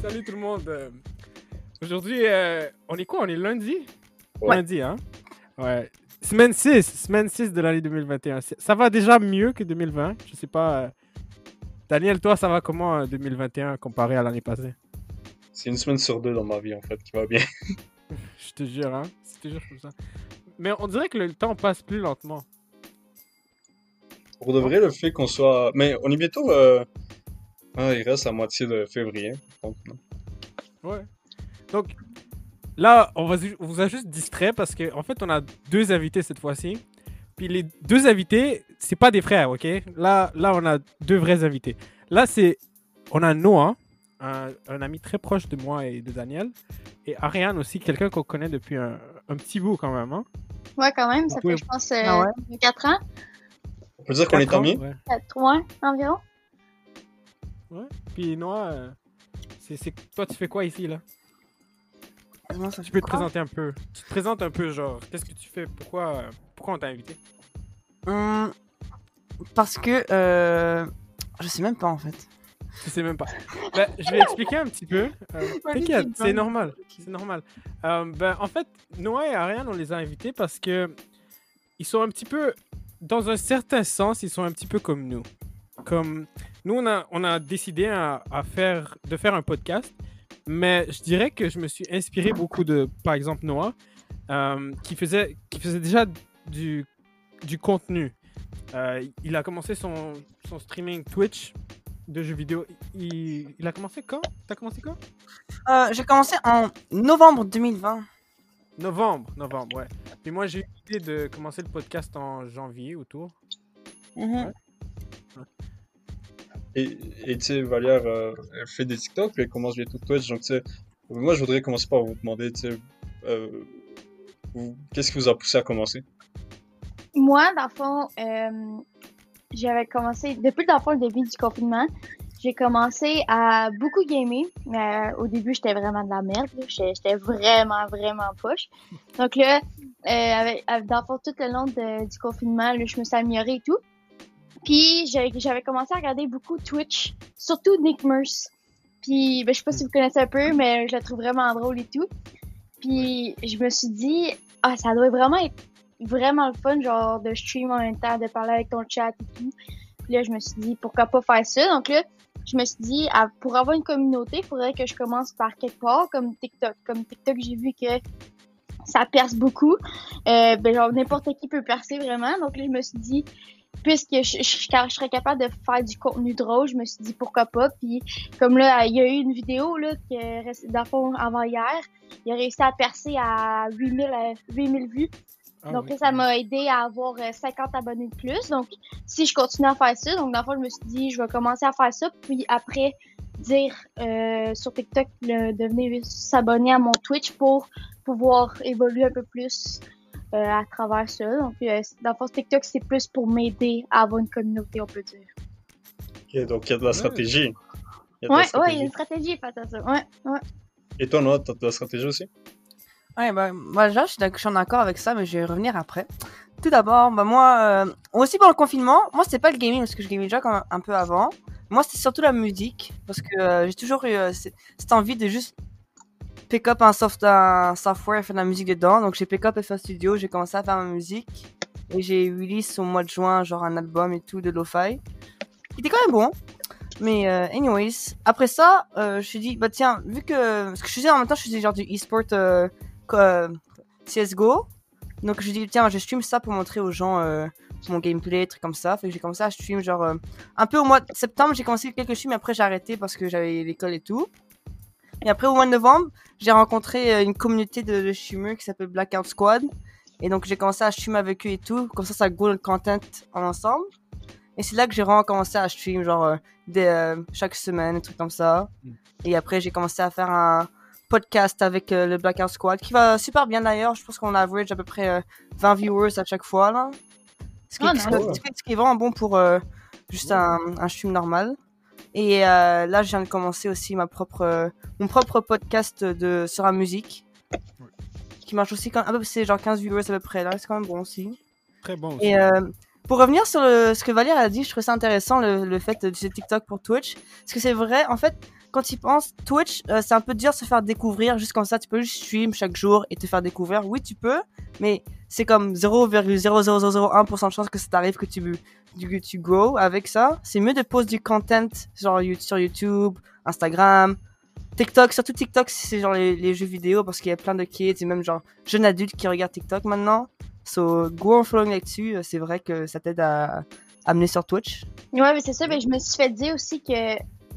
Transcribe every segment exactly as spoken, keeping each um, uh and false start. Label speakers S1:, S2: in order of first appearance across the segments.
S1: Salut tout le monde. Euh, Aujourd'hui, euh, on est quoi? On est lundi?
S2: Ouais.
S1: Lundi, hein? Ouais. Semaine six. Semaine six de l'année deux mille vingt et un. C'est- Ça va déjà mieux que deux mille vingt. Je sais pas. euh, Daniel, toi, ça va comment euh, deux mille vingt et un comparé à l'année passée?
S2: C'est une semaine sur deux dans ma vie, en fait, qui va bien.
S1: Je te jure, hein? C'est toujours comme ça. Mais on dirait que le temps passe plus lentement.
S2: Pour de
S1: Non?
S2: vrai, le fait qu'on soit... Mais on est bientôt... euh, Ah, il reste la moitié de février. Donc, non.
S1: Ouais. Donc, là, on, va, ju- on vous a juste distrait parce qu'en en fait, on a deux invités cette fois-ci. Puis les deux invités, c'est pas des frères, ok? Là, là, on a deux vrais invités. Là, c'est... On a Noah, un, un ami très proche de moi et de Daniel. Et Ariane aussi, quelqu'un qu'on connaît depuis un, un petit bout quand même, hein?
S3: Ouais, quand même, ça
S1: Oui.
S3: fait, je pense,
S4: Ah
S3: euh,
S4: ouais?
S3: quatre ans,
S2: On peut dire qu'on est
S1: Quatre ans,
S2: amis?
S1: ouais.
S3: quatre mois environ.
S1: Ouais. Puis Noah, euh, c'est, c'est... toi, tu fais quoi ici, là?
S4: Comment ça
S1: Tu
S4: fait
S1: peux te
S4: quoi?
S1: présenter un peu. Tu te présentes un peu, genre, qu'est-ce que tu fais? Pourquoi, euh, pourquoi on t'a invité?
S4: Hum, Parce que euh, je sais même pas en fait.
S1: Je sais même pas. Ben, je vais expliquer un petit peu. Euh,
S4: Vas-y,
S1: T'inquiète,
S4: dis-moi.
S1: c'est normal. C'est normal. Euh, ben, en fait, Noah et Ariane, on les a invités parce que ils sont un petit peu, dans un certain sens, ils sont un petit peu comme nous. Comme nous, on a, on a décidé à, à faire, de faire un podcast, mais je dirais que je me suis inspiré beaucoup de, par exemple, Noah, euh, qui faisait, qui faisait déjà du, du contenu. Euh, il a commencé son, son streaming Twitch de jeux vidéo. Il, il a commencé quand? T'as commencé quand?
S4: Euh, j'ai commencé en novembre deux mille vingt.
S1: Novembre, novembre, ouais. Puis moi, j'ai eu l'idée de commencer le podcast en janvier autour.
S4: Mhm.
S1: Ouais.
S2: Et, et tu sais, Valère, euh, elle fait des TikTok, puis elle commence bientôt Twitch. Donc, tu sais, moi, je voudrais commencer par vous demander, tu sais, euh, vous- qu'est-ce qui vous a poussé à commencer?
S3: Moi, dans le fond, euh, j'avais commencé, depuis dans le fond, le début du confinement, j'ai commencé à beaucoup gamer. Mais au début, j'étais vraiment de la merde. là. J'étais j'étais vraiment, vraiment poche. Donc là, euh, avec, avec- dans le fond, tout le long de- du confinement, là, je me suis améliorée et tout. Puis j'ai- j'avais commencé à regarder beaucoup Twitch, surtout Nick Merce. Puis ben, je sais pas si vous connaissez un peu, mais je le trouve vraiment drôle et tout. Puis je me suis dit, ah, ça doit vraiment être vraiment le fun, genre de stream en même temps, de parler avec ton chat et tout. Puis là, je me suis dit, pourquoi pas faire ça? Donc là, je me suis dit, ah, pour avoir une communauté, il faudrait que je commence par quelque part, comme TikTok. Comme TikTok, j'ai vu que ça perce beaucoup. Euh, ben, genre, n'importe qui peut percer vraiment. Donc là, je me suis dit, puisque je, je, je, je serais capable de faire du contenu drôle, je me suis dit pourquoi pas. Puis comme là, il y a eu une vidéo là qui est restée dans le fond avant hier, il a réussi à percer à huit mille, euh, huit mille vues.
S1: Ah
S3: donc
S1: oui.
S3: là, ça m'a aidé à avoir euh, cinquante abonnés de plus. Donc si je continue à faire ça, donc dans le fond, je me suis dit je vais commencer à faire ça, puis après dire euh, sur TikTok le, de venir s'abonner à mon Twitch pour pouvoir évoluer un peu plus euh, à travers ça. Donc, euh, dans le fond, TikTok, c'est plus pour m'aider à avoir une communauté, on peut dire.
S2: Ok, donc, il y a de la
S1: Ouais.
S2: stratégie. Il y a de la
S3: Ouais, ouais, il y a
S2: stratégie.
S3: une stratégie face à ça. Ouais, ouais.
S2: Et toi, Noah, t'as de la stratégie aussi?
S4: Ouais, bah, moi, déjà, je suis d'ac- je suis en accord avec ça, mais je vais y revenir après. Tout d'abord, bah, moi, euh, aussi pendant le confinement, moi, c'était pas le gaming, parce que je gamais déjà quand même un peu avant. Moi, c'était surtout la musique, parce que euh, j'ai toujours eu euh, c- cette envie de juste pick up un, soft, un software et faire de la musique dedans. Donc, j'ai pick up F L Studio, j'ai commencé à faire ma musique. Et j'ai release au mois de juin, genre un album et tout de lo-fi. Il était quand même bon. Mais, euh, anyways, après ça, euh, je me suis dit, bah tiens, vu que. Ce que je faisais en même temps, je faisais genre du e-sport euh, co- euh, C S G O. Donc, je me suis dit, tiens, je stream ça pour montrer aux gens euh, mon gameplay, trucs comme ça. Fait que j'ai commencé à stream, genre. euh, un peu au mois de septembre, j'ai commencé quelques streams, mais après, j'ai arrêté parce que j'avais l'école et tout. Et après, au mois de novembre, j'ai rencontré euh, une communauté de, de streamers qui s'appelle Blackout Squad. Et donc, j'ai commencé à stream avec eux et tout. Comme ça, ça grow le content en ensemble. Et c'est là que j'ai vraiment commencé à stream, genre, euh, des, euh, chaque semaine, des trucs comme ça.
S1: Mm.
S4: Et après, j'ai commencé à faire un podcast avec euh, le Blackout Squad, qui va super bien d'ailleurs. Je pense qu'on average à peu près euh, vingt viewers à chaque fois, là. Ce qui,
S3: Ah,
S4: ce
S3: nice.
S4: qui- ce qui- ce qui est vraiment bon pour euh, juste un, un stream normal. Et euh, là, je viens de commencer aussi ma propre, euh, mon propre podcast de, sur la musique.
S1: Ouais.
S4: Qui marche aussi quand même. C'est genre quinze viewers à peu près là. C'est quand même bon aussi.
S1: Très bon aussi.
S4: Et euh, pour revenir sur le, ce que Valère a dit, je trouve ça intéressant le, le fait d'utiliser TikTok pour Twitch. Parce que c'est vrai, en fait, quand tu y penses, Twitch, euh, c'est un peu dur de se faire découvrir juste comme ça. Tu peux juste stream chaque jour et te faire découvrir. Oui, tu peux, mais c'est comme zéro virgule zéro zéro zéro un pour cent de chance que ça t'arrive que tu, que tu grow avec ça. C'est mieux de poster du content genre sur YouTube, Instagram, TikTok. Surtout TikTok, c'est genre les, les jeux vidéo parce qu'il y a plein de kids et même genre jeunes adultes qui regardent TikTok maintenant. So, go en following là-dessus. C'est vrai que ça t'aide à amener sur Twitch.
S3: Ouais, mais c'est ça. Mais je me suis fait dire aussi que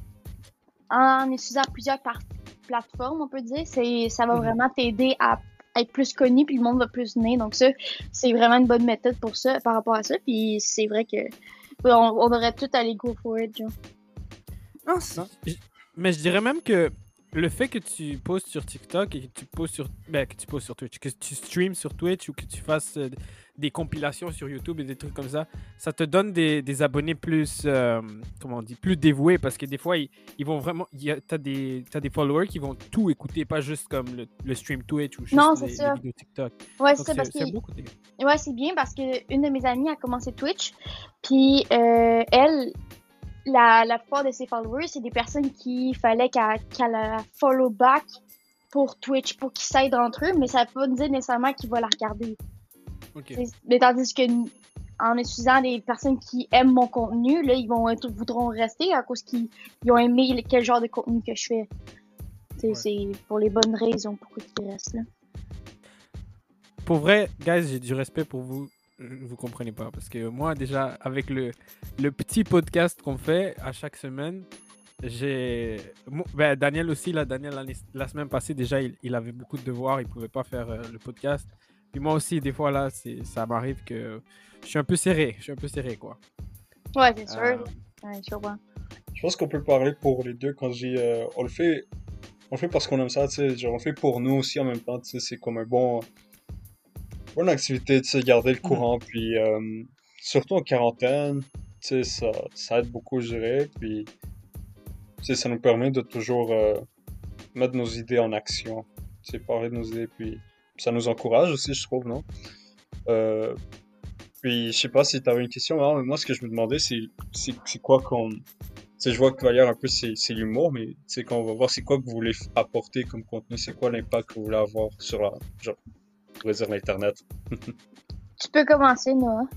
S3: en utilisant plusieurs par- plateformes, on peut dire, c'est, ça va
S1: Mhm.
S3: vraiment t'aider à être plus connu, puis le monde va plus venir. Donc ça, c'est vraiment une bonne méthode pour ça, par rapport à ça. Puis c'est vrai que on, on devrait tout aller go for it, genre.
S4: Non, c'est ça.
S1: Je- Mais je dirais même que le fait que tu postes sur TikTok et que tu postes sur, ben, que tu postes sur Twitch, que tu streams sur Twitch ou que tu fasses euh, des compilations sur YouTube et des trucs comme ça, ça te donne des, des abonnés plus, euh, comment on dit, plus dévoués parce que des fois, ils, ils vont vraiment, il y a- t'as des, t'as des followers qui vont tout écouter, pas juste comme le, le stream Twitch ou juste
S3: Non, c'est
S1: les,
S3: ça.
S1: les vidéos TikTok.
S3: Ouais, c'est
S1: Donc,
S3: ça,
S1: c'est
S3: parce que
S1: c'est beaucoup de...
S3: ouais, c'est bien parce que une de mes amies a commencé Twitch, puis euh, elle, la, la plupart de ses followers, c'est des personnes qui fallait qu'elle qu'elle la follow back pour Twitch, pour qu'ils s'aident entre eux, mais ça veut pas dire nécessairement qu'ils vont la regarder.
S1: Ok.
S3: C'est- Mais tandis que n- en utilisant des personnes qui aiment mon contenu, là, ils vont être, voudront rester à cause qu'ils ils ont aimé le- quel genre de contenu que je fais. C'est
S1: Ouais.
S3: c'est pour les bonnes raisons pourquoi ils restent là.
S1: Pour vrai, guys, j'ai du respect pour vous. Vous comprenez pas. Parce que moi, déjà, avec le, le petit podcast qu'on fait à chaque semaine, j'ai. Mo- Ben, Daniel aussi, là, Daniel, l'année- la semaine passée, déjà, il, il avait beaucoup de devoirs. Il pouvait pas faire euh, le podcast. Puis moi aussi, des fois, là, c'est, ça m'arrive que je suis un peu serré. Je suis un peu serré, quoi.
S3: Ouais, c'est sûr.
S1: Euh,
S3: Ouais, je comprends.
S2: Je pense qu'on peut parler pour les deux quand je dis euh, on le fait on le fait parce qu'on aime ça, tu sais, genre on le fait pour nous aussi en même temps, tu sais, c'est comme un bon bonne activité, tu sais, garder le courant, puis euh, surtout en quarantaine, tu sais, ça, ça aide beaucoup, je dirais, puis tu sais, ça nous permet de toujours euh, mettre nos idées en action, tu sais, parler de nos idées, puis ça nous encourage aussi, je trouve, non? Euh, puis je sais pas si t'avais une question, hein, mais moi ce que je me demandais, c'est c'est c'est quoi qu'on tu sais, je vois que Valère, un peu, c'est c'est l'humour, mais tu sais, quand on va voir, c'est quoi que vous voulez f- apporter comme contenu, c'est quoi l'impact que vous voulez avoir sur la, genre, on pourrait dire l'Internet.
S3: Tu peux commencer, Noah.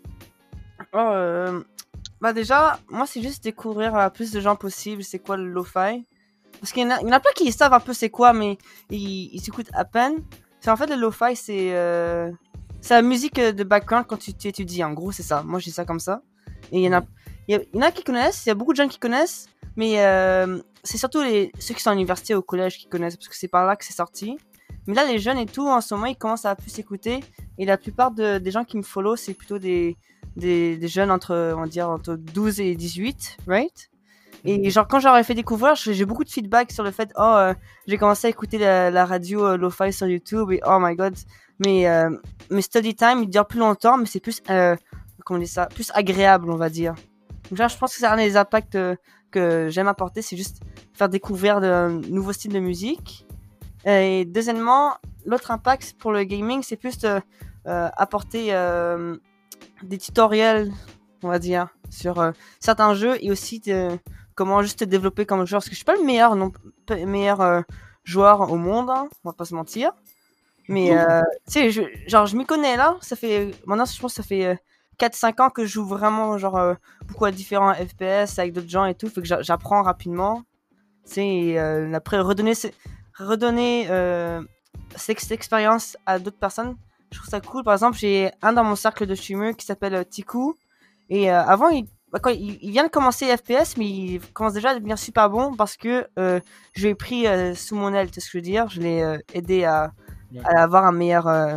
S4: Oh, euh, bah déjà, moi c'est juste découvrir à plus de gens possible c'est quoi le lo-fi. Parce qu'il y en a, il y en a plein qui savent un peu c'est quoi, mais ils, ils écoutent à peine. C'est en fait le lo-fi, c'est euh, c'est la musique euh, de background quand tu t'étudies. En gros, c'est ça. Moi, je dis ça comme ça. Et il y en a, il y, a- il y en a qui connaissent. Il y a beaucoup de gens qui connaissent, mais euh, c'est surtout les ceux qui sont à l'université, au collège, qui connaissent parce que c'est par là que c'est sorti. Mais là, les jeunes et tout, en ce moment, ils commencent à plus écouter. Et la plupart de, des gens qui me follow, c'est plutôt des, des, des jeunes entre, on va dire, entre douze et dix-huit, right? Et genre, quand j'aurais fait découvrir, j'ai j'ai beaucoup de feedback sur le fait, oh, euh, j'ai commencé à écouter la, la radio euh, lo-fi sur YouTube et oh my god. Mais euh, mes study time, ils durent plus longtemps, mais c'est plus, euh, comment on dit ça, plus agréable, on va dire. Donc là, je pense que c'est un des impacts euh, que j'aime apporter, c'est juste faire découvrir de nouveaux styles de musique. Et deuxièmement, l'autre impact pour le gaming, c'est plus de euh, apporter euh, des tutoriels, on va dire, sur euh, certains jeux et aussi de comment juste te développer comme joueur. Parce que je suis pas le meilleur, non, pas le meilleur euh, joueur au monde, hein, on va pas se mentir. Mais euh, tu sais, je, genre je m'y connais là. Ça fait maintenant, je pense que ça fait euh, quatre cinq ans que je joue vraiment genre euh, beaucoup à différents F P S avec d'autres gens et tout. Fait que j'a- j'apprends rapidement. Tu sais, et, euh, après redonner, ce- redonner euh, cette cette expérience à d'autres personnes. Je trouve ça cool. Par exemple, j'ai un dans mon cercle de streamers qui s'appelle euh, Tiku. Et euh, avant, il, bah, quand il, il vient de commencer F P S, mais il commence déjà à devenir super bon parce que euh, je l'ai pris euh, sous mon aile, tu sais ce que je veux dire. Je l'ai euh, aidé à,
S1: Ouais.
S4: à avoir un meilleur euh,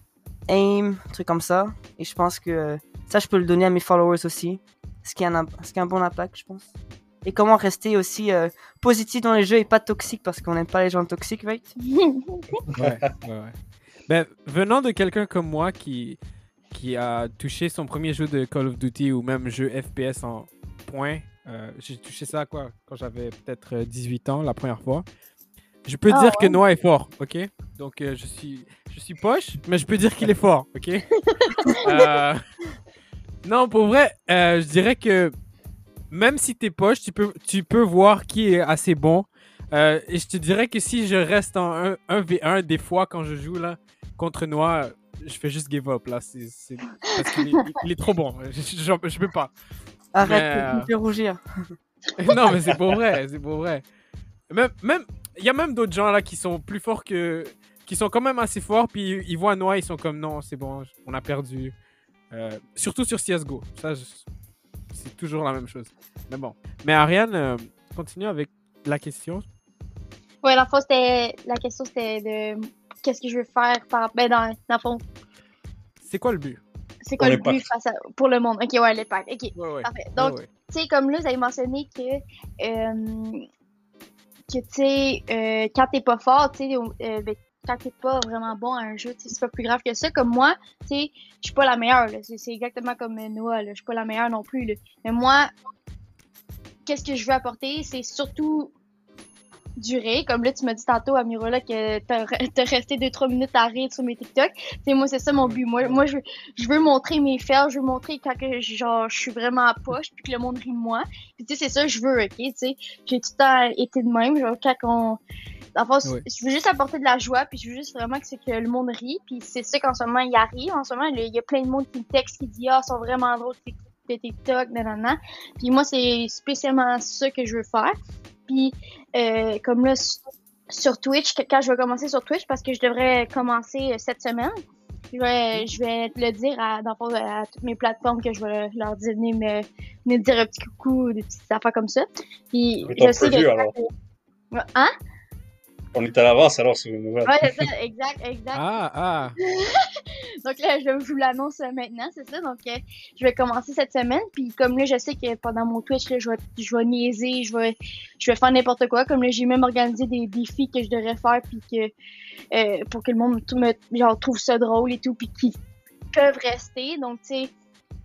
S4: aim, un truc comme ça. Et je pense que euh, ça, je peux le donner à mes followers aussi. Ce qui a un, imp- ce qui a un bon impact, je pense. Et comment rester aussi euh, positif dans les jeux et pas toxique parce qu'on n'aime pas les gens toxiques, right?
S1: Ouais, ouais, ouais. Ben, venant de quelqu'un comme moi qui, qui a touché son premier jeu de Call of Duty ou même jeu F P S en point, euh, j'ai touché ça quoi, quand j'avais peut-être euh, dix-huit ans la première fois. Je peux
S3: Ah
S1: dire que Noah est fort, ok? Donc euh, je suis je suis poche, mais je peux dire qu'il est fort, ok? Euh, Non, pour vrai, euh, je dirais que même si t'es poche, tu peux, tu peux voir qui est assez bon. Euh, et je te dirais que si je reste en un, un v un, des fois, quand je joue là, contre Noah, je fais juste give up là. C'est, c'est... Parce qu'il est, il est trop bon. Je, je, je peux pas.
S4: Arrête,
S1: Mais,
S4: tu me fais rougir.
S1: non, mais c'est pour vrai, c'est pour vrai. Même, même, il y a même d'autres gens là qui sont plus forts que, qui sont quand même assez forts, puis ils voient Noah, ils sont comme non, c'est bon, on a perdu. Euh, surtout sur C S G O, ça, je- c'est toujours la même chose. Mais bon. Mais Ariane, euh, continue avec la question.
S3: Ouais, dans le fond, c'était. La question, c'était de. Qu'est-ce que je veux faire par. Ben, dans, dans le fond,
S1: C'est quoi le but?
S3: c'est quoi
S2: Pour
S3: le but
S2: l'impact.
S3: face à. Pour le monde. Ok, ouais, l'impact. Ok,
S1: Ouais, ouais.
S3: parfait.
S1: Ouais,
S3: Donc,
S1: ouais.
S3: tu sais, comme là, vous avez mentionné que. euh, que, tu sais, euh, quand t'es pas fort, tu sais, euh, ben, quand t'es pas vraiment bon à un jeu, tu sais, c'est pas plus grave que ça. Comme moi, tu sais, je suis pas la meilleure, là. C'est c'est exactement comme euh, Noah, là. Je suis pas la meilleure non plus, là. Mais moi, qu'est-ce que je veux apporter, c'est surtout durer. Comme là, tu m'as dit tantôt, Amirola, que t'as t'as resté deux trois minutes à rire sur mes TikTok. Tu sais, moi, c'est ça mon
S1: Ouais.
S3: but. Moi, moi je, veux- je veux montrer mes fails, je veux montrer quand que, genre, je suis vraiment à poche, puis que le monde rit de moi. Puis tu sais, c'est ça que je veux, ok? Tu sais, j'ai tout le temps été de même. Genre, quand on... Enfin,
S1: Ouais.
S3: je veux juste apporter de la joie, puis je veux juste vraiment que, c'est que le monde rit. Puis c'est ça qu'en ce moment, il arrive. En ce moment, il y a plein de monde qui me texte, qui dit « Ah, ils sont vraiment drôles, tes clips de TikTok, nanana. » Puis moi, c'est spécialement ça que je veux faire. Puis, euh, comme là, s- sur Twitch, que- quand je vais commencer sur Twitch, parce que je devrais commencer euh, cette semaine, je vais, je vais le dire à, dans le fond, à toutes mes plateformes que je vais leur dire, venez me, venez me dire un petit coucou, des petites affaires comme ça. Puis,
S2: On est en
S3: je sais que...
S2: preview, alors.
S3: Hein?
S2: On est à l'avance alors sur les nouvelles.
S3: Ouais, c'est ça, exact, exact.
S1: Ah, ah.
S3: Donc là, je vous l'annonce euh, maintenant, c'est ça. Donc, euh, je vais commencer cette semaine. Puis comme là, je sais que pendant mon Twitch, là, je vais, je vais niaiser, je vais, je vais faire n'importe quoi. Comme là, j'ai même organisé des défis que je devrais faire, puis que euh, pour que le monde tout me, genre, trouve ça drôle et tout, puis qu'ils peuvent rester. Donc, tu sais,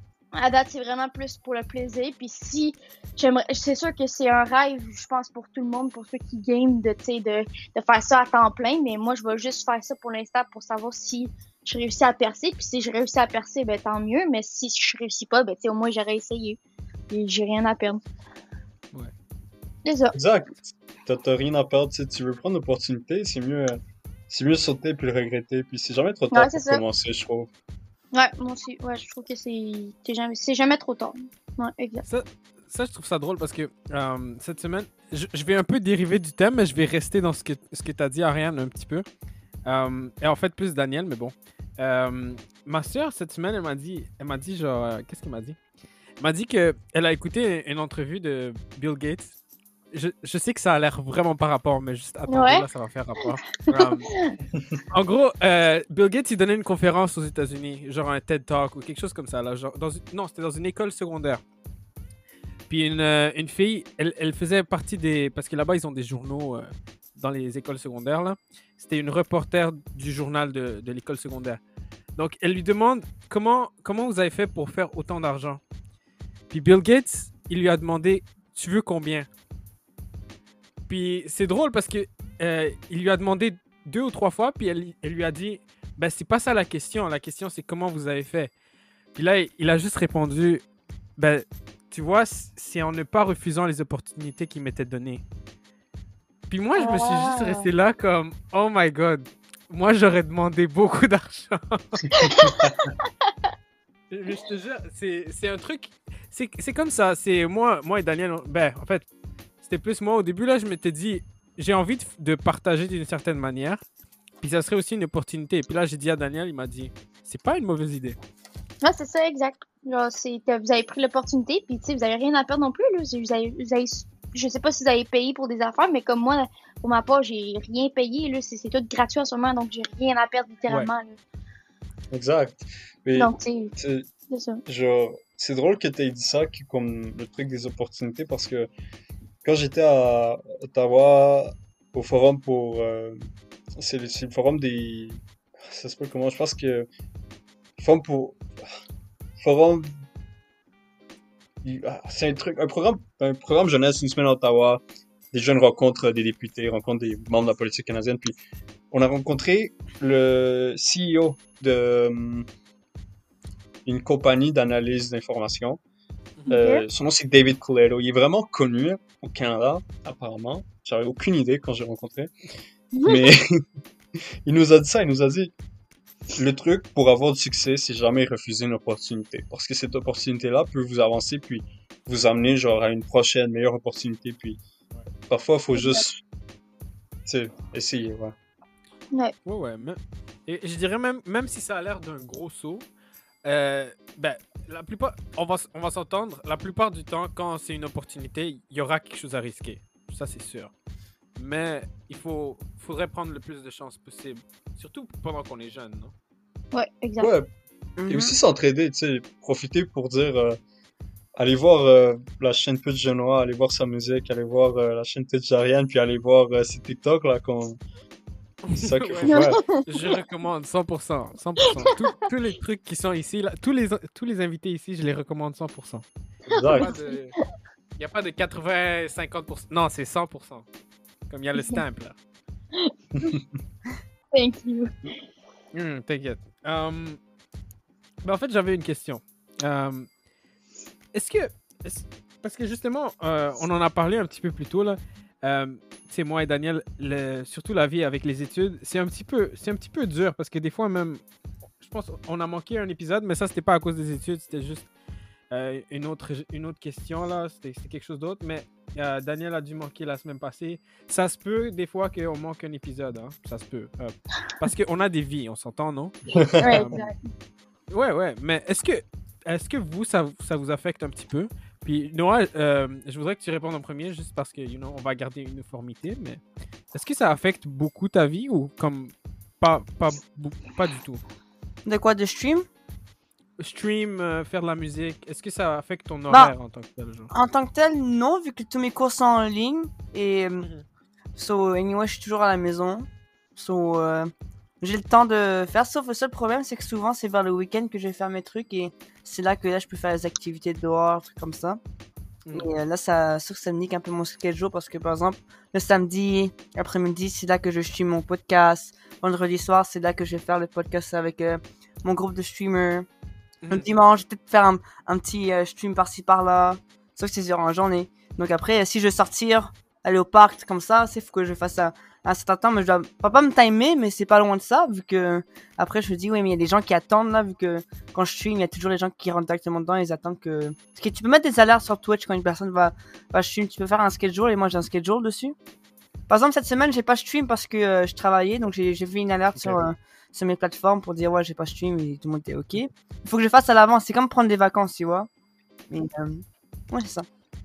S3: à date, c'est vraiment plus pour le plaisir. Puis si j'aimerais, c'est sûr que c'est un rêve, je pense, pour tout le monde, pour ceux qui game, de, tu sais, de, de faire ça à temps plein. Mais moi, je vais juste faire ça pour l'instant pour savoir si je réussis à percer. Puis si je réussis à percer, ben tant mieux. Mais si je réussis pas, ben tu sais, au moins j'aurais essayé. Et j'ai rien à perdre.
S1: Ouais.
S3: C'est ça.
S2: Exact. T'as t'as rien à perdre. Tu sais, tu veux prendre l'opportunité, c'est mieux, euh, c'est mieux sauter puis le regretter. Puis c'est jamais trop tard
S3: Ouais, c'est
S2: pour
S3: ça.
S2: commencer, je trouve.
S3: Ouais, moi aussi. Ouais, je trouve que c'est, c'est jamais, c'est jamais trop tard. Ouais, exact.
S1: Ça, ça, je trouve ça drôle parce que euh, cette semaine, je, je vais un peu dériver du thème, mais je vais rester dans ce que, ce que tu as dit, Ariane, un petit peu. Euh, et en fait, plus Daniel, mais bon. Euh, ma soeur, cette semaine, elle m'a dit, elle m'a dit genre, euh, qu'est-ce qu'elle m'a dit? Elle m'a dit qu'elle a écouté une entrevue de Bill Gates. Je, je sais que ça a l'air vraiment par rapport, mais juste attendez,
S3: Ouais.
S1: là, ça va faire rapport. Euh, en gros, euh, Bill Gates, il donnait une conférence aux États-Unis, genre un TED Talk ou quelque chose comme ça. Là, genre, dans une- non, c'était dans une école secondaire. Puis une, euh, une fille, elle, elle faisait partie des... Parce que là-bas, ils ont des journaux euh, dans les écoles secondaires. Là. C'était une reporter du journal de, de l'école secondaire. Donc, elle lui demande comment, comment vous avez fait pour faire autant d'argent. Puis Bill Gates, il lui a demandé, tu veux combien? Puis c'est drôle parce que euh, il lui a demandé deux ou trois fois, puis elle, elle lui a dit, ben c'est pas ça la question. La question c'est comment vous avez fait. Puis là, il a juste répondu, ben tu vois, c'est en ne pas refusant les opportunités qu'il m'étaient données. Puis moi, je me suis juste
S3: Ah.
S1: resté là comme, oh my god, moi j'aurais demandé beaucoup d'argent. Mais je te jure, c'est c'est un truc, c'est c'est comme ça. C'est moi, moi et Daniel, on- ben en fait, c'était plus moi. Au début, là, je m'étais dit, j'ai envie de, de partager d'une certaine manière. Puis ça serait aussi une opportunité. Et puis là, j'ai dit à Daniel, il m'a dit, c'est pas une mauvaise idée.
S3: Ouais, c'est ça, exact. Genre, c'est, que vous avez pris l'opportunité, puis tu sais, vous avez rien à perdre non plus, là. C'est- Vous avez, vous avez, je sais pas si vous avez payé pour des affaires, mais comme moi, pour ma part, j'ai rien payé, là. C'est, c'est tout gratuit en ce moment, donc j'ai rien à perdre littéralement, là.
S2: Exact. Mais
S3: Donc, tu sais,
S2: c'est
S3: c'est ça.
S2: genre, c'est drôle que tu aies dit ça, que- comme le truc des opportunités, parce que quand j'étais à Ottawa, au forum pour. euh, c'est le, c'est le forum des. Ça se peut comment? Je pense que. Forum pour. Forum. ah, C'est un truc. Un programme, un programme jeunesse, une semaine à Ottawa. Des jeunes rencontrent des députés, rencontrent des membres de la politique canadienne. Puis on a rencontré le C E O de. hum, une compagnie d'analyse d'information. Euh, son nom, c'est David Coletto. Il est vraiment connu au Canada, apparemment. J'avais aucune idée quand j'ai rencontré. Mais il nous a dit ça, il nous a dit, le truc pour avoir du succès, c'est jamais refuser une opportunité. Parce que cette opportunité-là peut vous avancer, puis vous amener genre à une prochaine meilleure opportunité. Puis parfois, il faut juste, tu sais, essayer, ouais.
S3: Ouais.
S1: Ouais, ouais. Mais, et je dirais même, même si ça a l'air d'un gros saut, euh, ben, la plupart, on va, s- on va s'entendre, la plupart du temps, quand c'est une opportunité, il y aura quelque chose à risquer. Ça, c'est sûr. Mais il faut, faudrait prendre le plus de chances possible. Surtout pendant qu'on est jeune, non?
S3: Ouais, exact.
S2: Ouais, et aussi s'entraider, tu sais, profiter pour dire, euh, allez voir euh, la chaîne Twitch Genoa, allez voir sa musique, allez voir euh, la chaîne Twitch d'Ariane, puis allez voir euh, ses TikTok, là, qu'on... C'est ça qu'il faut
S1: Ouais,
S2: faire.
S1: je recommande cent pour cent. cent pour cent. Tous, tous les trucs qui sont ici, là, tous, les, tous les invités ici, je les recommande cent pour cent. Il n'y a pas
S2: Exact.
S1: de, y a pas de quatre-vingts cinquante pour cent. Non, c'est cent pour cent. Comme il y a le stamp, là.
S3: Thank you.
S1: Hmm, T'inquiète. Um, ben, en fait, j'avais une question. Um, est-ce que... est-ce- parce que justement, euh, on en a parlé un petit peu plus tôt, là. Euh, tu sais, moi et Daniel, le- surtout la vie avec les études, c'est un petit peu, c'est un petit peu dur parce que des fois même, je pense on a manqué un épisode, mais ça c'était pas à cause des études, c'était juste euh, une autre, une autre question là, c'était c'était quelque chose d'autre. Mais euh, Daniel a dû manquer la semaine passée. Ça se peut des fois qu'on manque un épisode, hein, ça se peut, euh, parce qu'on a des vies, on s'entend, non?
S3: Ouais,
S1: Euh,
S3: exact.
S1: Ouais, ouais, mais est-ce que, est-ce que vous, ça, ça vous affecte un petit peu? Puis, Noah, euh, je voudrais que tu répondes en premier, juste parce que, you know, on va garder une uniformité, mais est-ce que ça affecte beaucoup ta vie ou comme pas, pas, bou- pas du tout?
S4: De quoi, de stream?
S1: Stream, euh, faire de la musique, est-ce que ça affecte ton
S4: Bah.
S1: horaire en tant que tel, genre?
S4: En tant que tel, non, vu que tous mes cours sont en ligne. Et, euh,
S1: Mhm.
S4: so, anyway, je suis toujours à la maison. So, euh, j'ai le temps de faire. Sauf le seul problème, c'est que souvent, c'est vers le week-end que je vais faire mes trucs. Et c'est là que là, je peux faire les activités dehors, trucs comme ça.
S1: Mhm.
S4: Et euh, là, ça, sûr que ça me nique un peu mon schedule parce que, par exemple, le samedi après-midi, c'est là que je stream mon podcast. Vendredi soir, c'est là que je vais faire le podcast avec euh, mon groupe de streamers. Le
S1: Mhm.
S4: dimanche, je vais peut-être faire un, un petit euh, stream par-ci par-là. Sauf que c'est durant la journée. Donc après, si je veux sortir, aller au parc, truc comme ça, c'est faut que je fasse ça à un certain temps. Mais je dois pas, pas me timer, mais c'est pas loin de ça. Vu que après, je me dis, oui, mais il y a des gens qui attendent là. Vu que quand je stream, il y a toujours les gens qui rentrent directement dedans. Ils attendent que. Parce que tu peux mettre des alertes sur Twitch quand une personne va, va stream. Tu peux faire un schedule et moi j'ai un schedule dessus. Par exemple, cette semaine, j'ai pas stream parce que euh, je travaillais. Donc j'ai j'ai fait une alerte
S1: Ok.
S4: sur. euh, sur mes plateformes pour dire ouais j'ai pas stream et tout le monde était ok. Il faut que je fasse à l'avance, c'est comme prendre des vacances, tu vois. Mais euh, ouais c'est ça.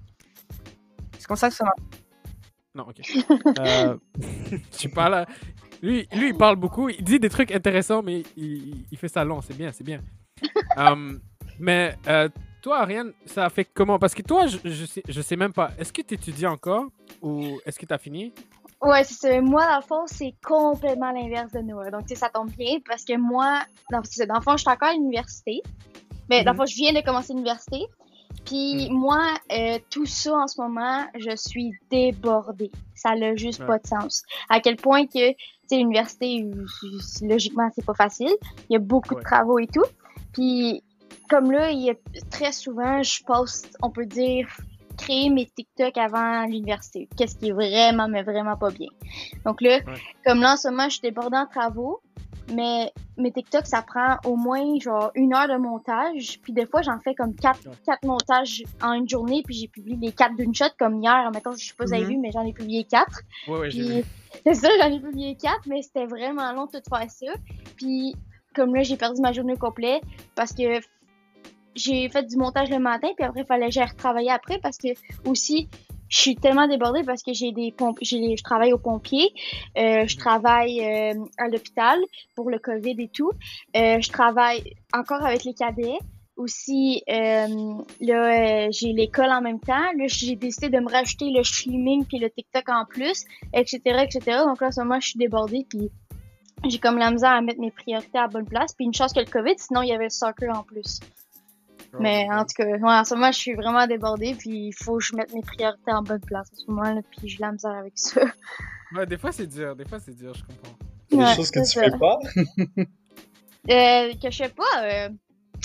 S4: C'est comme ça que ça marche.
S1: Non, ok. Euh, je suis pas là. Lui, lui, il parle beaucoup, il dit des trucs intéressants, mais il, il fait ça long, c'est bien, c'est bien. Um, mais euh, toi, Ariane, ça affecte comment? Parce que toi, je, je, sais, je sais même pas. Est-ce que tu étudies encore ou est-ce que tu as fini?
S3: Ouais, c'est ça. Moi, dans le fond, c'est complètement l'inverse de Noah. Donc, tu sais, ça tombe bien parce que moi, dans, c'est ça, dans le fond, je suis encore à l'université. Mais dans le fond, je viens de commencer l'université. Puis moi, euh, tout ça en ce moment, je suis débordée. Ça n'a juste
S1: Ouais.
S3: pas de sens. À quel point que, tu sais, l'université, euh, logiquement, c'est pas facile. Il y a beaucoup
S1: Ouais.
S3: de travaux et tout. Puis, comme là, il y a très souvent, je passe, on peut dire, créer mes TikTok avant l'université. Qu'est-ce qui est vraiment, mais vraiment pas bien. Donc là,
S1: Ouais.
S3: comme là, en ce moment, je suis débordée en travaux. Mais mes TikTok, ça prend au moins genre une heure de montage. Puis des fois, j'en fais comme quatre,
S1: Ouais.
S3: quatre montages en une journée. Puis j'ai publié les quatre d'une shot. Comme hier, mettons, je sais pas si vous avez
S4: Mhm.
S3: vu, mais j'en ai publié quatre.
S1: Ouais, ouais, j'ai
S3: Puis
S1: vu.
S3: c'est ça, j'en ai publié quatre. Mais c'était vraiment long de tout faire ça. Puis comme là, j'ai perdu ma journée complète parce que j'ai fait du montage le matin. Puis après, il fallait que j'aille retravailler après parce que aussi, je suis tellement débordée parce que j'ai des pompes, j'ai, je travaille aux pompiers, euh, je travaille euh, à l'hôpital pour le COVID et tout. Euh, je travaille encore avec les cadets. Aussi, euh, là, euh, j'ai l'école en même temps. Là, j'ai décidé de me rajouter le streaming puis le TikTok en plus, et cetera, et cetera. Donc là, en ce moment, je suis débordée puis j'ai comme la misère à mettre mes priorités à la bonne place. Puis une chance que le COVID, sinon il y avait le soccer en plus.
S1: Oh,
S3: Mais
S1: my
S3: en
S1: God.
S3: tout cas, ouais, en ce moment, je suis vraiment débordée, puis il faut que je mette mes priorités en bonne place en ce moment-là, puis j'ai la misère avec ça.
S1: Ouais, des fois, c'est dur. Des fois, c'est dur, je comprends.
S2: Il y a
S3: Ouais,
S2: des choses que
S3: c'est
S2: tu
S3: ça.
S2: fais pas.
S3: Euh, que je sais pas, euh,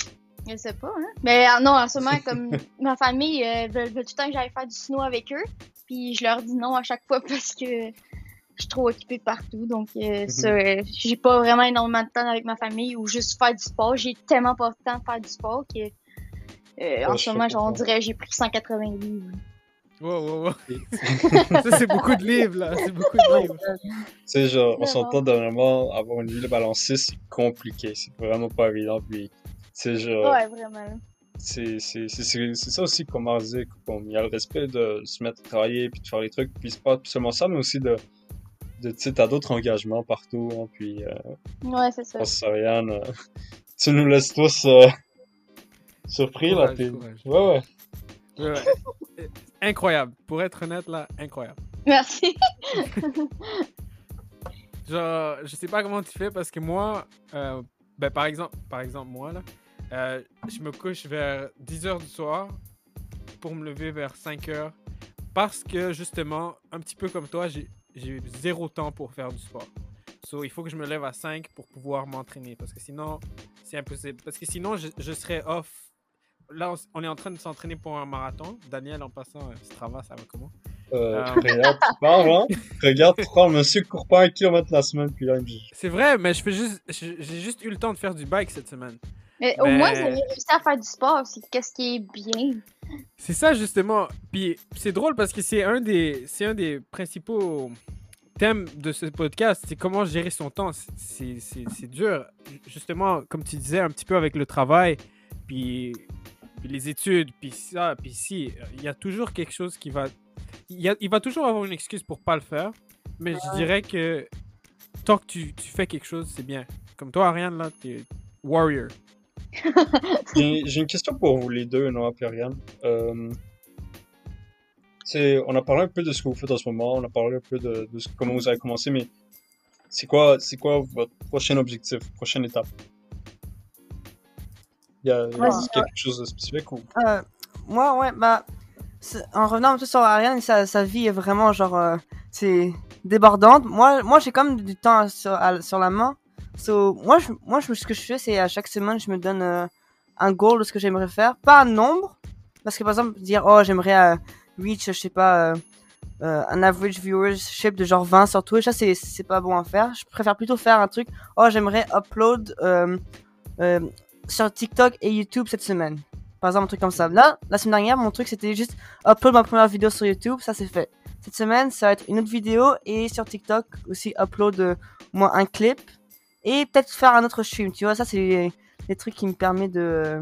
S3: Je sais pas, hein. Mais euh, non, en ce moment, comme ma famille euh, veut, veut tout le temps que j'aille faire du snow avec eux. Puis je leur dis non à chaque fois parce que je suis trop occupée partout. Donc, euh, ça, euh, j'ai pas vraiment énormément de temps avec ma famille ou juste faire du sport. J'ai tellement pas le temps de faire du sport que euh, en
S2: Ouais,
S3: ce
S2: je
S3: moment, genre, on
S2: comprends.
S3: dirait que j'ai pris cent quatre-vingts livres.
S1: Wow, wow, wow.
S2: Et-
S1: Ça, c'est beaucoup de livres, là. C'est beaucoup de livres.
S2: Tu sais, genre, on
S3: Vraiment.
S2: s'entend dernièrement, avoir une vie balancée, c'est compliqué. C'est vraiment pas évident. Puis, tu sais, genre,
S3: Ouais, vraiment.
S2: c'est c'est- c'est- c'est- c'est ça aussi qu'on m'a dit, comme il y a le respect de se mettre à travailler puis de faire les trucs. Puis, c'est pas seulement ça, mais aussi de, de tu sais, t'as d'autres engagements partout. Hein, puis, euh,
S3: Ouais, c'est
S2: je
S3: ça.
S2: pense que Ariane, euh, tu nous laisses tous euh, surpris, là.
S1: Courage,
S2: Puis,
S1: courage.
S2: ouais, ouais.
S1: Ouais, ouais. Incroyable. Pour être honnête, là, incroyable.
S3: Merci.
S1: Genre, je sais pas comment tu fais parce que moi, euh, ben, par exemple, par exemple, moi, là, euh, je me couche vers dix heures du soir pour me lever vers cinq heures parce que, justement, un petit peu comme toi, j'ai j'ai zéro temps pour faire du sport. So, il faut que je me lève à cinq pour pouvoir m'entraîner parce que sinon, c'est impossible. Parce que sinon, je, je serais off. Là, on, s- on est en train de s'entraîner pour un marathon. Daniel, en passant, euh, Strava, ça va comment?
S2: Euh,
S1: Euh,
S2: regarde, tu parles, hein? Regarde, tu parles, monsieur court pas un kilomètre la semaine, puis là, il me dit,
S1: c'est vrai, mais je fais juste, je- j'ai juste eu le temps de faire du bike cette semaine.
S3: Mais au moins, vous
S1: Mais
S3: avez réussi à faire du sport. C'est qu'est-ce qui est bien.
S1: c'est ça justement. Puis c'est drôle parce que c'est un des, c'est un des principaux thèmes de ce podcast. C'est comment gérer son temps. C'est- C'est, c'est, c'est dur. Justement, comme tu disais, un petit peu avec le travail, puis, puis les études, puis ça, puis si. Il y a toujours quelque chose qui va, il, y a- il va toujours avoir une excuse pour pas le faire. Mais je dirais que tant que tu, tu fais quelque chose, c'est bien. Comme toi, Ariane, là, t'es warrior.
S2: J'ai j'ai une question pour vous les deux, Noah et Ariane. Euh, c'est- on a parlé un peu de ce que vous faites en ce moment, on a parlé un peu de, de ce- comment vous avez commencé, mais c'est quoi, c'est quoi votre prochain objectif, prochaine étape? Il y a, il y a
S3: Vas-y.
S2: quelque chose de spécifique ou...
S4: Euh, moi, ouais, bah, c'est- en revenant un peu sur Ariane, sa, sa vie est vraiment genre, euh, c'est débordante. Moi, moi, j'ai quand même du temps sur, à- sur la main. So, moi, je, moi, je, ce que je fais, c'est à chaque semaine, je me donne euh, un goal de ce que j'aimerais faire, pas un nombre, parce que par exemple, dire, oh, j'aimerais euh, reach, je sais pas, euh, euh, un average viewership de genre vingt sur Twitch, ça, c'est, c'est pas bon à faire. Je préfère plutôt faire un truc, oh, j'aimerais upload euh, euh, sur TikTok et YouTube cette semaine. Par exemple, un truc comme ça. Là, la semaine dernière, mon truc, c'était juste upload ma première vidéo sur YouTube, ça c'est fait. Cette semaine, ça va être une autre vidéo et sur TikTok aussi upload euh, moi un clip et peut-être faire un autre stream, tu vois. Ça, c'est les, les trucs qui me permettent de,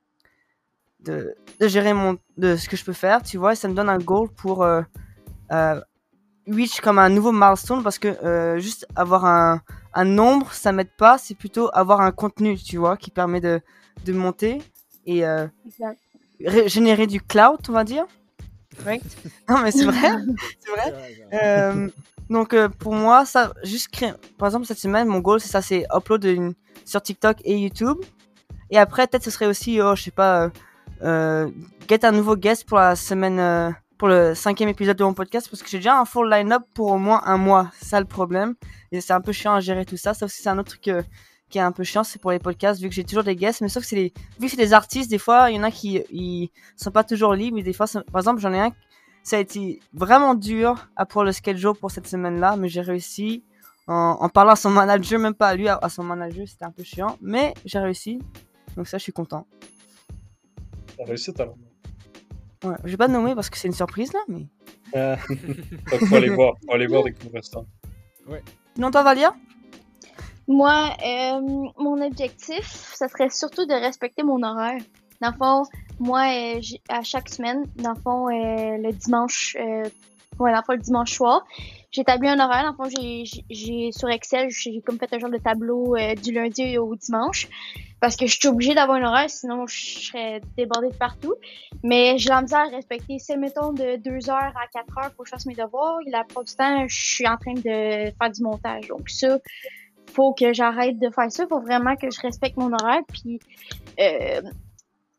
S4: de, de gérer mon, de ce que je peux faire, tu vois. Et ça me donne un goal pour euh, euh, reach comme un nouveau milestone parce que euh, juste avoir un, un nombre, ça m'aide pas. C'est plutôt avoir un contenu, tu vois, qui permet de, de monter et euh,
S3: Exact.
S4: ré- générer du cloud, on va dire. Right? Non, mais c'est vrai, c'est vrai. Euh, donc euh, pour moi, ça, juste créer. Par exemple, cette semaine, mon goal, c'est ça, c'est upload une- sur TikTok et YouTube. Et après, peut-être ce serait aussi, oh, je sais pas, euh, euh, get un nouveau guest pour la semaine, euh, pour le cinquième épisode de mon podcast, parce que j'ai déjà un full line-up pour au moins un mois. C'est ça le problème. Et c'est un peu chiant à gérer tout ça. Ça aussi, c'est un autre truc euh, qui est un peu chiant, c'est pour les podcasts, vu que j'ai toujours des guests, mais sauf que c'est les, vu que c'est des artistes, des fois, il y en a qui, ils sont pas toujours libres, mais des fois, ça- par exemple, j'en ai un, ça a été vraiment dur à pour le schedule pour cette semaine-là, mais j'ai réussi en, en parlant à son manager, même pas à lui, à, à son manager, c'était un peu chiant, mais j'ai réussi. Donc ça, je suis content.
S2: T'as réussi, alors.
S4: Ouais, je vais pas te nommer parce que c'est une surprise là, mais.
S2: Euh, donc, faut aller voir, faut aller voir des cours restants.
S4: Sinon, toi, Valia?
S3: Moi, euh, mon objectif, ça serait surtout de respecter mon horaire. Dans le fond, moi, euh, j'ai- à chaque semaine, dans le fond, euh, le dimanche, euh, ouais, dans le fond, le dimanche soir, j'ai établi un horaire. Dans le fond, j'ai, j'ai- j'ai sur Excel, j'ai comme fait un genre de tableau euh, du lundi au dimanche. Parce que je suis obligée d'avoir un horaire, sinon je serais débordée de partout. Mais j'ai la misère à respecter. C'est, mettons, de deux heures à quatre heures, faut que je fasse mes devoirs. Et la plupart du temps, je suis en train de faire du montage. Donc ça, faut que j'arrête de faire ça. Faut vraiment que je respecte mon horaire. Puis, euh,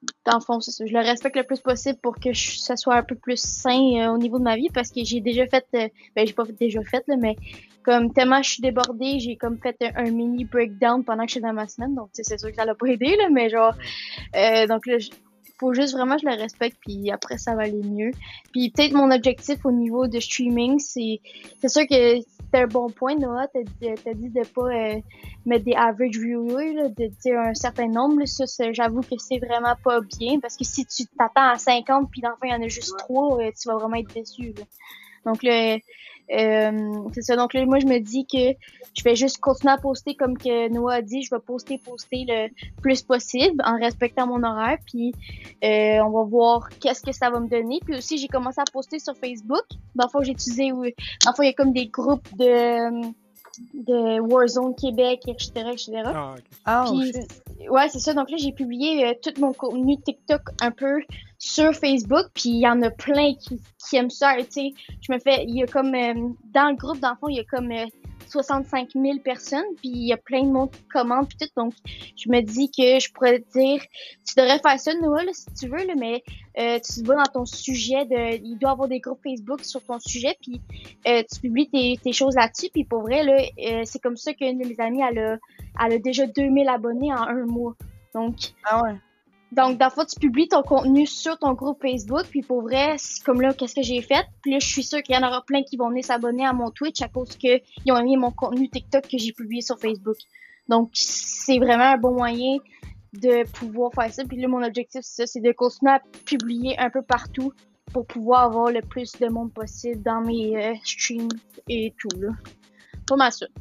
S3: dans le fond, c'est ça. Je le respecte le plus possible pour que je, ça soit un peu plus sain euh, au niveau de ma vie parce que j'ai déjà fait, euh, ben j'ai pas fait- déjà fait, là, mais comme tellement je suis débordée, j'ai comme fait un, un mini breakdown pendant que j'étais dans ma semaine. Donc, tu sais, c'est sûr que ça l'a pas aidé, là, mais genre, euh, donc là, je- faut juste vraiment que je le respecte, puis après, ça va aller mieux. Puis peut-être mon objectif au niveau de streaming, c'est c'est sûr que c'est un bon point, Noah. T'as dit, t'as dit de pas euh, mettre des average viewers, là, de dire un certain nombre. Là. Ça, c'est- j'avoue que c'est vraiment pas bien, parce que si tu t'attends à cinquante, puis d'enfin, il y en a juste trois, euh, tu vas vraiment être déçu. Là. Donc là, euh, c'est ça. Donc là, moi, je me dis que je vais juste continuer à poster comme que Noah a dit. Je vais poster, poster le plus possible en respectant mon horaire. Puis euh, on va voir qu'est-ce que ça va me donner. Puis aussi, j'ai commencé à poster sur Facebook. Dans le fond, j'ai utilisé... oui, dans le fond, il y a comme des groupes de, de Warzone Québec, et cetera, et cetera.
S1: Ah, ok.
S4: Ah, oh,
S3: Puis,
S4: shit.
S3: ouais, c'est ça. Donc là, j'ai publié euh, tout mon contenu TikTok un peu sur Facebook. Puis il y en a plein qui, qui aiment ça. Tu sais, je me fais, il y a comme euh, dans le groupe d'enfants, il y a comme euh, soixante-cinq mille personnes. Puis il y a plein de monde qui commente puis tout. Donc je me dis que je pourrais te dire, tu devrais faire ça, Noah, là, si tu veux, là, mais euh, tu vas dans ton sujet de, il doit y avoir des groupes Facebook sur ton sujet. Puis euh, tu publies tes, tes choses là-dessus. Puis pour vrai, là, euh, c'est comme ça qu'une de mes amies, elle a elle a déjà deux mille abonnés en un mois. Donc,
S4: Ah ouais.
S3: donc dans le fond, tu publies ton contenu sur ton groupe Facebook, puis pour vrai, c'est comme là, qu'est-ce que j'ai fait? Puis là, je suis sûre qu'il y en aura plein qui vont venir s'abonner à mon Twitch à cause qu'ils ont aimé mon contenu TikTok que j'ai publié sur Facebook. Donc, c'est vraiment un bon moyen de pouvoir faire ça. Puis là, mon objectif, c'est ça, c'est de continuer à publier un peu partout pour pouvoir avoir le plus de monde possible dans mes euh, streams et tout, là. Pas mal ça.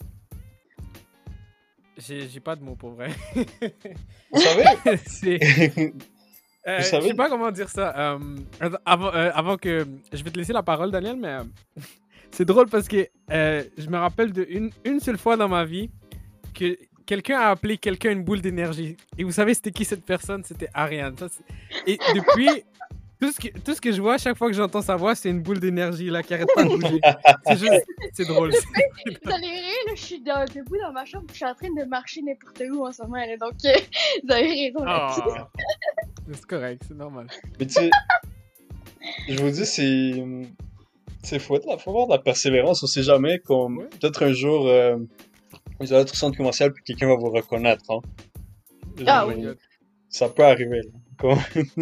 S1: J'ai j'ai pas de mots pour vrai.
S2: Vous savez?
S1: C'est. Euh,
S2: Vous
S1: je
S2: savez-
S1: sais pas comment dire ça. Euh, avant, euh, avant que. Je vais te laisser la parole, Daniel, mais euh, c'est drôle parce que euh, je me rappelle d'une une seule fois dans ma vie que quelqu'un a appelé quelqu'un une boule d'énergie. Et vous savez, c'était qui cette personne? C'était Ariane. Ça, c'est- et depuis, tout ce, que, tout ce que je vois, à chaque fois que j'entends sa voix, c'est une boule d'énergie là qui arrête pas de bouger. C'est juste. C'est drôle.
S3: Vous allez rire, là, je suis dans- debout dans ma chambre, puis je suis en train de marcher n'importe où en ce moment, là, donc euh, vous avez raison là-dessus.
S1: Ah. C'est correct, c'est normal.
S2: Mais tu sais, je vous dis, c'est. C'est faut, être, faut avoir de la persévérance, on sait jamais. Comme,
S1: Ouais.
S2: peut-être un jour, euh, vous allez être au centre commercial puis quelqu'un va vous reconnaître. Hein.
S3: Ah
S2: Genre,
S3: oui.
S2: Ça peut arriver. Là. Comme-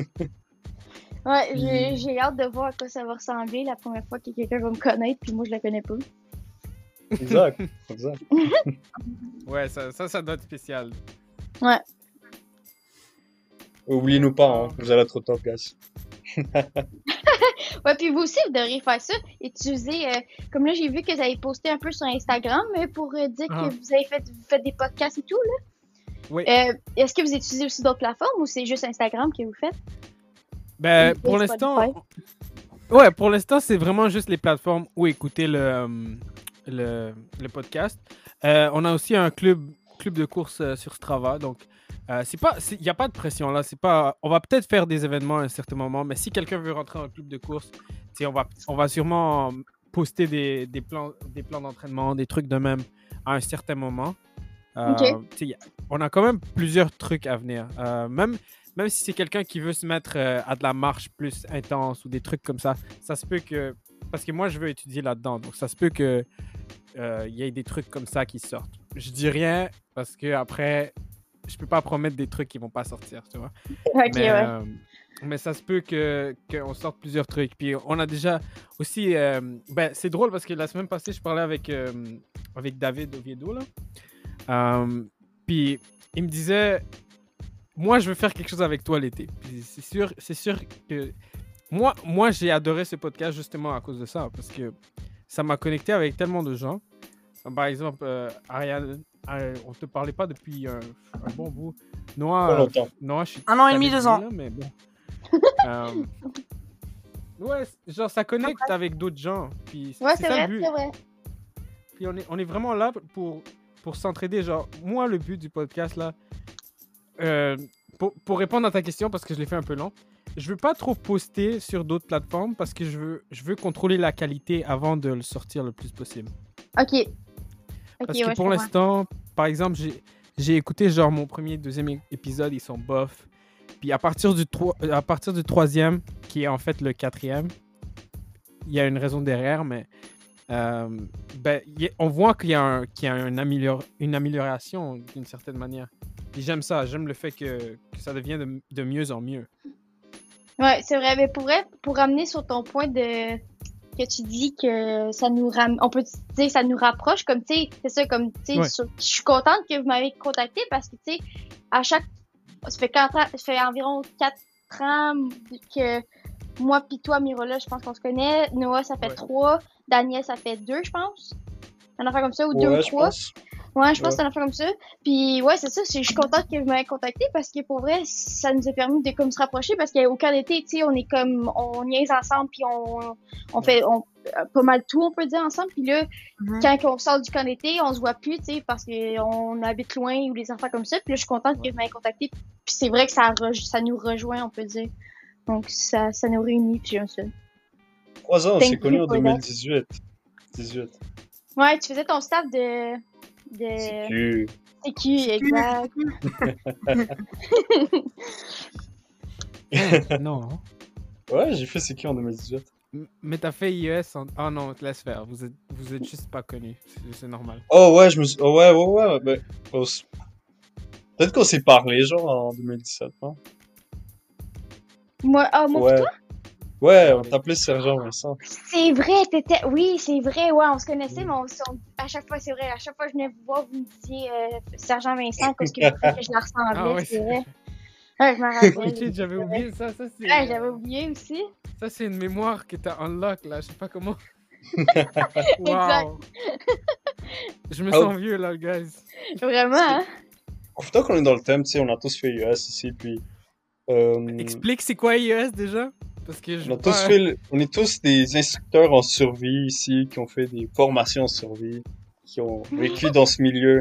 S3: Ouais, j'ai j'ai hâte de voir à quoi ça va ressembler la première fois que quelqu'un va me connaître, puis moi je la connais pas.
S2: Exact, exact.
S1: Ouais, ça, ça, ça doit être spécial.
S3: Ouais.
S2: Oubliez-nous pas, hein, vous allez être au top, guys.
S3: Ouais, puis vous aussi, vous devriez faire ça. Utiliser, euh, comme là, j'ai vu que vous avez posté un peu sur Instagram euh, pour euh, dire
S1: Ah.
S3: que vous avez fait, vous faites des podcasts et tout, là.
S1: Oui.
S3: Euh, Est-ce que vous utilisez aussi d'autres plateformes ou c'est juste Instagram que vous faites?
S1: Ben,
S3: Ou
S1: pour
S3: Spotify.
S1: l'instant. Ouais, pour l'instant, c'est vraiment juste les plateformes où écouter le, euh, le, le podcast. Euh, on a aussi un club, club de course euh, sur Strava. Donc, euh, c'est pas, il n'y a pas de pression là. C'est pas, on va peut-être faire des événements à un certain moment, mais si quelqu'un veut rentrer dans un club de course, tu sais, on va, on va sûrement poster des, des plans, des plans d'entraînement, des trucs de même à un certain moment. Euh,
S3: Ok.
S1: tu sais, y a- on a quand même plusieurs trucs à venir. Euh, même, même si c'est quelqu'un qui veut se mettre euh, à de la marche plus intense ou des trucs comme ça, ça se peut que... Parce que moi, je veux étudier là-dedans. Donc, ça se peut que euh, y ait des trucs comme ça qui sortent. Je dis rien parce que après, je peux pas promettre des trucs qui vont pas sortir, tu vois.
S3: Ok,
S1: mais,
S3: ouais.
S1: euh, mais ça se peut que qu'on sorte plusieurs trucs. Puis on a déjà aussi... euh, ben, c'est drôle parce que la semaine passée, je parlais avec, euh, avec David Oviedo, là. Euh, puis il me disait... Moi, je veux faire quelque chose avec toi l'été. Puis c'est sûr, c'est sûr que... Moi, moi j'ai adoré ce podcast justement à cause de ça. Parce que ça m'a connecté avec tellement de gens. Par exemple, euh, Ariane, euh, on te parlait pas depuis un, un bon bout. Noah,
S2: Pas
S1: euh,
S2: longtemps.
S1: Noah, je suis
S4: Un an et demi,
S1: tanné de
S4: deux
S1: lui,
S4: ans.
S1: là, mais bon. Euh, ouais, c- genre ça connecte avec d'autres gens. Puis
S3: Ouais,
S1: c'est
S3: c'est
S1: ça
S3: vrai,
S1: le but.
S3: c'est vrai.
S1: Puis on est, on est vraiment là pour, pour s'entraider. Genre, moi, le but du podcast, là, euh, pour, pour répondre à ta question, parce que je l'ai fait un peu long, je veux pas trop poster sur d'autres plateformes parce que je veux, je veux contrôler la qualité avant de le sortir le plus possible.
S3: Ok. Ok,
S1: Parce
S3: ouais,
S1: que
S3: je
S1: pour
S3: comprends.
S1: l'instant, par exemple, j'ai, j'ai écouté genre mon premier, deuxième é- épisode, ils sont bof. Puis à partir du, tro- à partir du troisième, qui est en fait le quatrième, il y a une raison derrière, mais euh, ben, y a- on voit qu'il y a, un, qu'il y a une, amélior- une amélioration d'une certaine manière. Puis j'aime ça, j'aime le fait que, que ça devient de, de mieux en mieux.
S3: Ouais, c'est vrai. Mais pour vrai, pour ramener sur ton point de que tu dis que ça nous ram... on peut dire que ça nous rapproche, comme tu sais, c'est ça, comme tu sais,
S1: Ouais.
S3: sur- je suis contente que vous m'avez contacté parce que tu sais, à chaque, ça fait quatre ans, ça fait environ quatre ans que moi pis toi, Mirola, je pense qu'on se connaît. Noah, ça fait
S1: Ouais.
S3: trois. Daniel, ça fait deux, je pense. Un affaire comme ça, ou deux ou
S2: Ouais, je
S3: trois.
S2: pense.
S3: Ouais, je pense
S2: Ouais.
S3: que c'est un affaire comme ça. Puis ouais, c'est ça, c'est- je suis contente que vous m'ayez contacté parce que pour vrai, ça nous a permis de comme se rapprocher parce qu'au camp d'été, tu sais, on est comme, on niaise ensemble puis on, on fait on, euh, pas mal tout, on peut dire ensemble. Puis là,
S4: Mhm.
S3: quand on sort du camp d'été, on se voit plus, tu sais, parce qu'on habite loin ou des affaires comme ça. Puis là, je suis contente que vous m'ayez contacté. Puis c'est vrai que ça, re- ça nous rejoint, on peut dire. Donc ça, ça nous réunit, puis j'aime ça.
S2: Trois ans, on
S3: Thank
S2: s'est connus
S3: you
S2: en
S3: for that.
S2: deux mille dix-huit. dix-huit.
S3: Ouais, tu faisais ton staff de,
S2: C'est
S3: de
S2: que...
S3: C Q, exact.
S1: Non.
S2: Ouais, j'ai fait C Q en deux mille dix-huit.
S1: M- Mais t'as fait I E S en... Oh non, laisse faire. Vous êtes, vous êtes juste pas connus. C'est, c'est normal.
S2: Oh ouais, je me suis... Oh ouais, ouais, ouais, ben... on s- Peut-être qu'on s'est parlé, genre, en deux mille dix-sept, hein?
S3: Moi, ah, moi,
S2: Ouais. Ouais, on t'appelait Sergent Vincent.
S3: c'est vrai, t'étais, oui, c'est vrai, ouais, on se connaissait, mais on, on- à chaque fois, c'est vrai, à chaque fois que je venais vous voir, vous me disiez, euh, Sergent Vincent, parce que je trouvais que je la ressemblais,
S1: Ah ouais,
S3: c'est
S1: c'est
S3: vrai. Ouais, je m'en rappelle.
S1: Oh shit, j'avais oublié ça. Ça, c'est,
S3: Ouais, j'avais oublié aussi.
S1: ça, c'est une mémoire que t'as unlock là. Je sais pas comment.
S3: Exact.
S1: Wow. Je me
S2: Oh.
S1: sens vieux là, guys.
S3: Vraiment, hein?
S2: Tant qu'on est dans le thème, tu sais, on a tous fait I E S ici, puis... Euh...
S1: Explique c'est quoi I E S déjà? Parce que je
S2: On, a
S1: veux
S2: tous
S1: pas-
S2: fait le- on est tous des instructeurs en survie ici, qui ont fait des formations en survie, qui ont vécu dans ce milieu.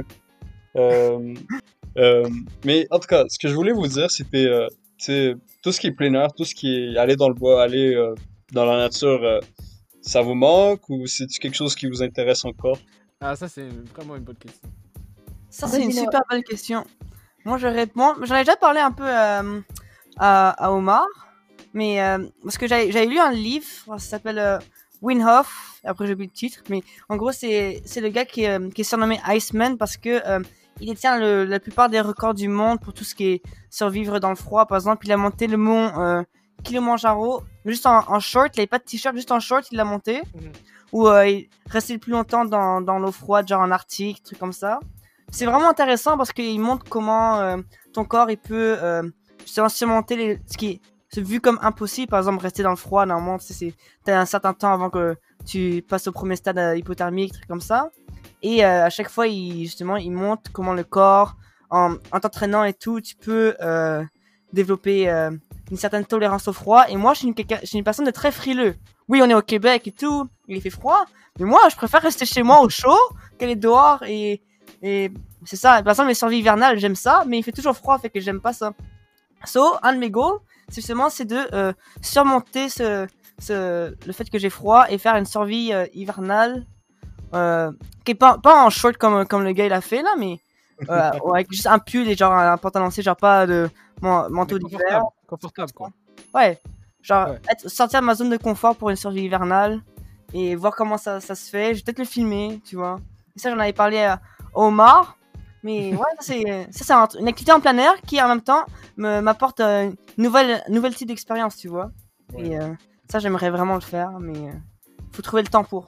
S2: Euh, euh, mais en tout cas, ce que je voulais vous dire, c'était euh, tu sais, tout ce qui est plein air, tout ce qui est aller dans le bois, aller euh, dans la nature, euh, ça vous manque ou c'est quelque chose qui vous intéresse encore?
S1: Ah, ça, c'est vraiment une bonne question.
S4: Ça, c'est une
S3: Vas-y, Noah.
S4: super belle question. Moi, je réponds. J'en ai déjà parlé un peu euh, à, à Omar, mais euh, parce que j'avais j'avais lu un livre, ça s'appelle euh, Winhoff. Après, j'ai oublié le titre, mais en gros, c'est c'est le gars qui est, euh, qui est surnommé Iceman parce que euh, il détient le, la plupart des records du monde pour tout ce qui est survivre dans le froid. Par exemple, il a monté le mont euh, Kilimanjaro juste en, en short. Il avait pas de t-shirt, juste en short, il l'a monté.
S1: Mhm.
S4: Ou euh, il restait le plus longtemps dans, dans l'eau froide, genre en Arctique, trucs comme ça. C'est vraiment intéressant parce qu'il montre comment euh, ton corps il peut euh, justement surmonter les, ce qui est c'est vu comme impossible. Par exemple, rester dans le froid, normalement, tu sais, c'est, t'as un certain temps avant que tu passes au premier stade euh, hypothermique, trucs comme ça. Et euh, à chaque fois, il, justement, il montre comment le corps, en, en t'entraînant et tout, tu peux euh, développer euh, une certaine tolérance au froid. Et moi, je suis une, quelqu'un- je suis une personne de très frileux. Oui, on est au Québec et tout, il fait froid. Mais moi, je préfère rester chez moi au chaud qu'aller dehors. Et, et c'est ça. Par exemple, les survies hivernales, j'aime ça, mais il fait toujours froid, fait que j'aime pas ça. So, un de mes goals, c'est justement c'est de euh, surmonter ce, ce, le fait que j'ai froid et faire une survie euh, hivernale euh, qui est pas, pas en short comme, comme le gars il a fait là, mais euh, ouais, avec juste un pull et genre un pantalon, c'est genre pas de man- manteau
S1: Mais
S4: d'hiver.
S1: confortable, confortable, quoi.
S4: Ouais, genre
S1: Ouais.
S4: être- sortir de ma zone de confort pour une survie hivernale et voir comment ça, ça se fait. Je vais peut-être le filmer, tu vois. Et ça, j'en avais parlé à Omar. Mais ouais, ça, c'est, ça, c'est un- une activité en plein air qui en même temps me, m'apporte euh, une nouvelle, nouvelle type d'expérience, tu vois.
S2: Ouais.
S4: Et euh, ça, j'aimerais vraiment le faire, mais euh, faut trouver le temps pour.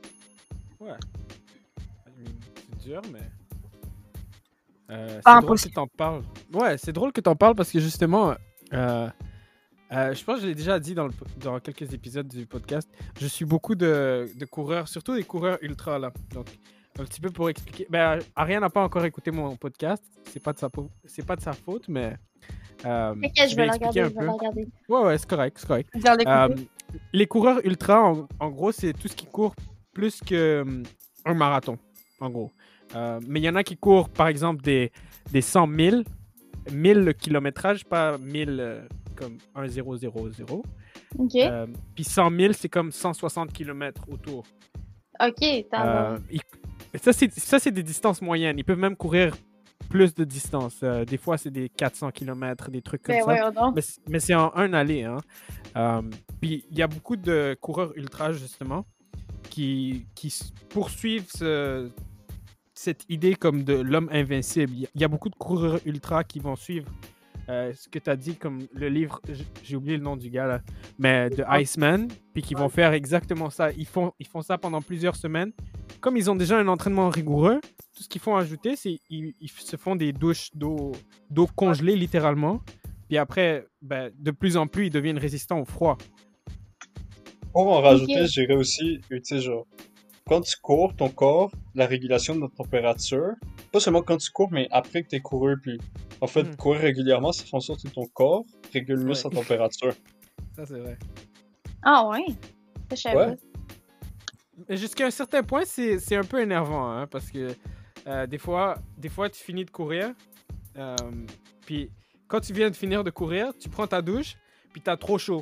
S1: Ouais. I mean, c'est dur, mais. Euh,
S4: Pas
S1: c'est drôle
S4: impossible.
S1: que t'en parles. Ouais, c'est drôle que t'en parles parce que justement, euh, euh, je pense que je l'ai déjà dit dans, le, po- dans quelques épisodes du podcast. Je suis beaucoup de, de coureurs, surtout des coureurs ultra là. Donc, un petit peu pour expliquer. Ben, Ariane n'a pas encore écouté mon podcast. C'est pas de sa, po- c'est pas de sa faute, mais. Euh,
S3: T'inquiète, je vais la
S1: expliquer
S3: regarder,
S1: un
S3: je vais
S1: peu.
S3: la regarder.
S1: Ouais, ouais, c'est correct, c'est correct.
S4: Faire l'écouter.
S1: Euh, les coureurs ultra, en, en gros, c'est tout ce qui court plus qu'un marathon, en gros. Euh, mais il y en a qui courent, par exemple, des, des cent mille, mille le kilométrage, pas mille euh, comme un zéro zéro zéro.
S3: Ok,
S1: Euh, Puis cent mille, c'est comme cent soixante kilomètres autour.
S3: ok, t'as
S1: Euh, ils- ça, c'est, ça, c'est des distances moyennes. Ils peuvent même courir plus de distance. Euh, des fois, c'est des quatre cents kilomètres, des trucs comme
S3: Ben
S1: ça.
S3: ouais, non.
S1: Mais, c- mais c'est en un aller. Hein. Euh, puis il y a beaucoup de coureurs ultra, justement, qui, qui s- poursuivent ce- cette idée comme de l'homme invincible. Il y a- il y a beaucoup de coureurs ultra qui vont suivre euh, ce que tu as dit, comme le livre, j- j'ai oublié le nom du gars, là, mais de Iceman, puis qui vont faire exactement ça. Ils font, ils font ça pendant plusieurs semaines. Comme ils ont déjà un entraînement rigoureux, tout ce qu'ils font ajouter, c'est ils, ils se font des douches d'eau d'eau congelée, littéralement. Puis après, ben, de plus en plus, ils deviennent résistants au froid.
S2: Pour en rajouter,
S3: Ok.
S2: je dirais aussi, tu sais, genre, quand tu cours, ton corps, la régulation de la température, pas seulement quand tu cours, mais après que tu couru, puis en fait,
S1: Mm.
S2: courir régulièrement, ça fait en sorte que ton corps régule mieux
S1: Ouais.
S2: sa température.
S1: Ça, c'est vrai.
S3: Ah ouais? Ça, je savais
S2: Ouais.
S3: pas.
S1: Mais jusqu'à un certain point, c'est c'est un peu énervant, hein, parce que euh, des fois, des fois, tu finis de courir, euh, puis quand tu viens de finir de courir, tu prends ta douche, puis t'as trop chaud.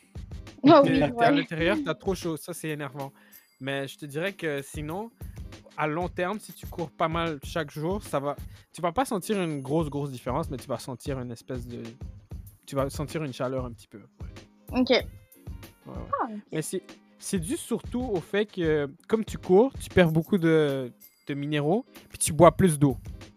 S3: Ah
S1: T'es
S3: oui,
S1: t'es à
S3: ouais.
S1: l'intérieur, t'as trop chaud. Ça, c'est énervant. Mais je te dirais que sinon, à long terme, si tu cours pas mal chaque jour, ça va. Tu vas pas sentir une grosse, grosse différence, mais tu vas sentir une espèce de. Tu vas sentir une chaleur un petit peu. Ouais.
S3: Ok.
S1: Ouais, ouais.
S3: Ah, ok.
S1: Mais c'est c'est dû surtout au fait que, comme tu cours, tu perds beaucoup de, de minéraux, puis tu bois plus d'eau.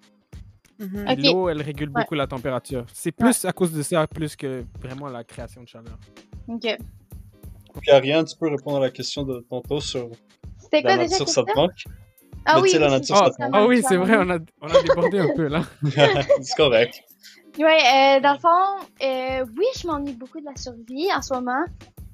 S4: Mhm.
S1: Et
S3: Ok.
S1: l'eau, elle régule
S3: Ouais.
S1: beaucoup la température. C'est plus à cause de ça, plus que vraiment la création de chaleur.
S3: Ok.
S2: Puis Ariane, tu peux répondre à la question de tantôt sur
S3: C'était
S2: la
S3: quoi déjà la
S2: nature, ça
S3: question?
S2: te manque?
S3: Ah
S2: Mais
S3: oui,
S2: tu sais, la
S3: oui,
S2: nature,
S3: c'est
S2: ça
S1: Ah,
S2: te manque.
S1: ah oui,
S3: ça
S1: c'est
S3: m'a
S1: vrai,
S3: manqué.
S1: on a, on a débordé un peu là.
S2: C'est correct.
S3: Ouais, euh, dans le fond, euh, oui, je m'ennuie beaucoup de la survie en ce moment.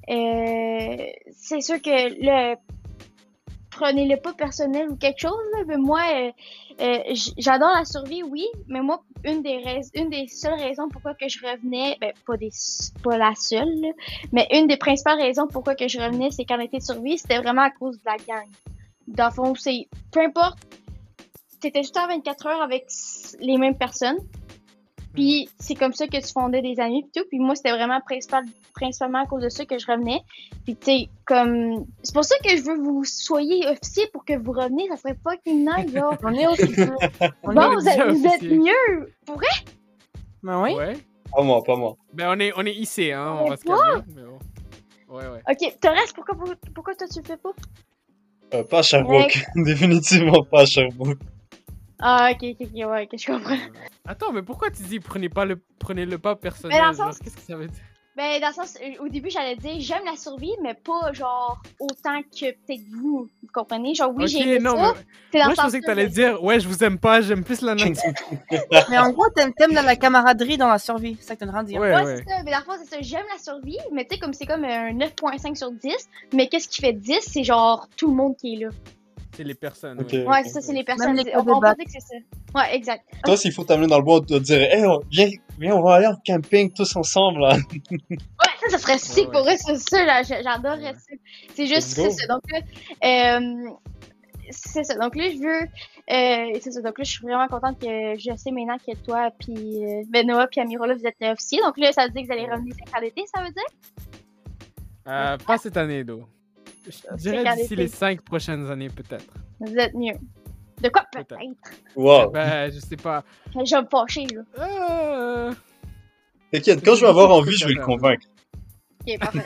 S3: Euh, c'est sûr que le prenez-le pas personnel ou quelque chose, là, mais moi, euh, euh, j- j'adore la survie, oui, mais moi, une des rais- une des seules raisons pourquoi que je revenais, ben pas des pas la seule, là, mais une des principales raisons pourquoi que je revenais, c'est qu'en été de survie, c'était vraiment à cause de la gang. Dans le fond, c'est peu importe, t'étais juste à vingt-quatre heures avec s- les mêmes personnes. Puis c'est comme ça que tu fondais des amis pis tout. Puis moi, c'était vraiment principal, principalement à cause de ça que je revenais. Puis tu sais, comme... C'est pour ça que je veux que vous soyez officier pour que vous reveniez. Ça serait fucking nice, genre.
S4: On est aussi peu. On
S3: Bon,
S4: est...
S1: est
S3: vous êtes,
S1: déjà
S3: vous êtes
S1: officier.
S3: mieux. Pour vrai?
S4: Ben oui.
S1: Ouais.
S2: Pas moi, pas moi.
S1: Ben on est, on est ici, hein, on
S3: Mais
S1: va se calmer. Mais bon. Ouais, ouais.
S3: Ok, Torres, pourquoi, pourquoi, pourquoi toi tu le fais pas?
S2: Euh, pas à Sherbrooke. Définitivement pas à Sherbrooke.
S3: Ah, ok, ok, ok, ouais, ok, je comprends.
S1: Attends, mais pourquoi tu dis prenez pas le prenez le pas personnel?
S3: Mais dans le
S1: Genre,
S3: sens-
S1: qu'est-ce que ça veut dire?
S3: Ben, dans le sens, euh, au début, j'allais dire, j'aime la survie, mais pas, genre, autant que peut-être vous, vous comprenez? Genre, oui,
S1: Ok,
S3: j'ai aimé
S1: non,
S3: ça.
S1: mais
S3: C'est dans
S1: moi
S3: le
S1: je
S3: sens
S1: pensais que
S3: là,
S1: t'allais
S3: je-
S1: dire ouais, je vous aime pas, j'aime plus la nature.
S4: Mais en gros, t'aimes t'aimes la, la camaraderie dans la survie. C'est ça que t'es en train de dire.
S1: Ouais,
S3: Ouais,
S1: ouais.
S3: c'est ça. Mais dans le fond, c'est ça. J'aime la survie, mais tu sais, comme c'est comme un neuf virgule cinq sur dix. Mais qu'est-ce qui fait dix? C'est genre tout le monde qui est là.
S1: C'est les personnes.
S2: Ok.
S1: ouais.
S3: Ouais, c'est ça, c'est les personnes.
S4: les
S3: on, on
S4: codes de
S3: peut dire que c'est ça. Ouais, exact.
S2: Toi, s'il faut t'amener dans le bois, on te dire, hey, on- viens, viens, on va aller en camping tous ensemble, là.
S3: Ouais, ça, ça serait sick
S1: ouais.
S3: pour eux, c'est ça. là, j'a- J'adorerais
S1: Ouais.
S3: ça. C'est juste,
S2: Let's go.
S3: c'est ça. Donc là, euh, c'est ça. Donc là, je veux. Euh, c'est ça. Donc là, je suis vraiment contente que je sais maintenant que toi, puis euh, ben Noah, puis Amirola, vous êtes euh, officiers. Donc là, ça veut dire que vous allez revenir cinq ans d'été, ça veut dire?
S1: Euh, pas cette année, d'eau. Je dirais
S3: qu'à
S1: d'ici
S3: l'été.
S1: les cinq prochaines années, peut-être.
S3: Vous êtes mieux. De quoi
S1: Peut-être.
S3: peut-être?
S2: Wow.
S1: Ben, je sais pas.
S3: Je vais me fâcher, là.
S1: Euh...
S2: T'inquiète, quand je vais avoir envie, je vais le convaincre.
S3: Ok, parfait.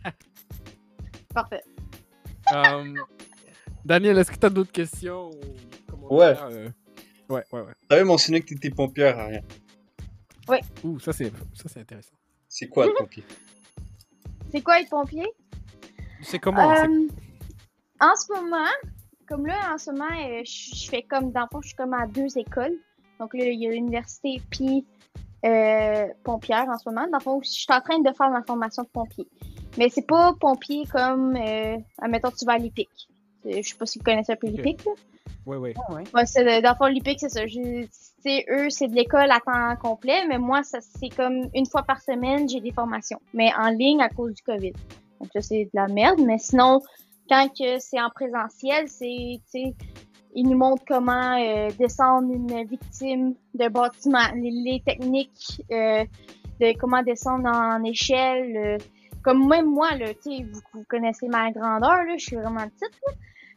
S3: Parfait.
S1: euh, Daniel, est-ce que t'as d'autres questions ou commentaires,
S2: Ouais.
S1: euh? Ouais, ouais, ouais.
S2: T'avais mentionné que t'étais pompière, Ariane.
S1: Ouh, ça c'est ça c'est intéressant.
S2: C'est quoi, le pompier?
S3: C'est quoi être pompier?
S1: C'est comment? c'est-
S3: Euh, en ce moment, comme là, en ce moment, euh, je je fais comme, dans le fond, je suis comme à deux écoles. Donc là, il y a l'université puis euh, pompière en ce moment. Dans le fond, je suis en train de faire ma formation de pompier. Mais c'est pas pompier comme, euh, admettons, tu vas à l'I P I C. Euh, Je sais pas si vous connaissez un peu
S1: Ok.
S3: l'I P I C, là.
S1: Ouais, ouais.
S4: Ah ouais.
S3: Ouais, c'est de- dans le fond, l'I P I C, c'est ça. Je- c'est eux, c'est de l'école à temps complet, mais moi, ça, c'est comme une fois par semaine, j'ai des formations. Mais en ligne à cause du COVID. Donc ça, c'est de la merde. Mais sinon, quand que c'est en présentiel, c'est, tu sais, ils nous montrent comment euh, descendre une victime de bâtiment, les, les techniques euh, de comment descendre en échelle. euh, comme même moi, là, tu sais, vous, vous connaissez ma grandeur, là, je suis vraiment petite, là.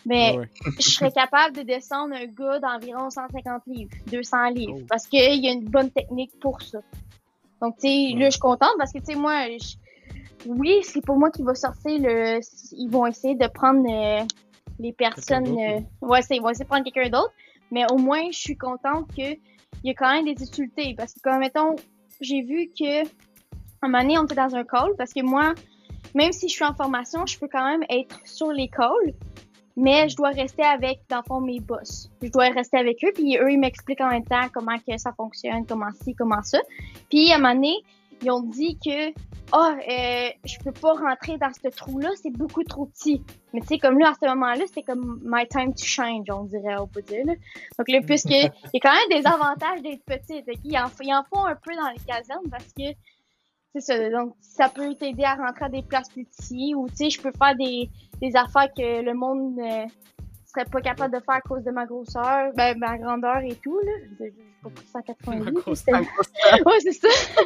S3: Mais
S1: Ah ouais.
S3: je serais capable de descendre un gars d'environ cent cinquante livres, deux cents livres,
S1: Oh.
S3: parce qu'il y a une bonne technique pour ça. Donc, tu sais, là,
S1: Ouais.
S3: je suis contente parce que, tu sais, moi, je- oui, c'est pour moi qui va sortir le. Ils vont essayer de prendre euh, les personnes.
S1: d'autre,
S3: euh, Ouais, c'est, ils vont essayer de prendre quelqu'un d'autre, mais au moins, je suis contente qu'il y a quand même des difficultés. Parce que, comme mettons, j'ai vu que, un moment donné, on était dans un call, parce que moi, même si je suis en formation, je peux quand même être sur les calls. Mais je dois rester avec, dans le fond, mes boss. Je dois rester avec eux, puis eux, ils m'expliquent en même temps comment que ça fonctionne, comment ci, comment ça. Puis, à un moment donné, ils ont dit que, ah, oh, euh, je peux pas rentrer dans ce trou-là, c'est beaucoup trop petit. Mais tu sais, comme là, à ce moment-là, c'était comme my time to shine, on dirait, on peut dire, là. Donc là, puisque, il y a quand même des avantages d'être petite. Ils en, ils en font un peu dans les casernes parce que, c'est ça, donc ça peut t'aider à rentrer à des places plus petites ou tu sais, je peux faire des, des affaires que le monde ne serait pas capable de faire à cause de ma grosseur, ben ma grandeur et tout, là. J'ai j'ai pas pris cent quatre-vingts
S1: Ma
S3: livres,
S1: grosseur.
S3: c'était- Ouais, c'est ça.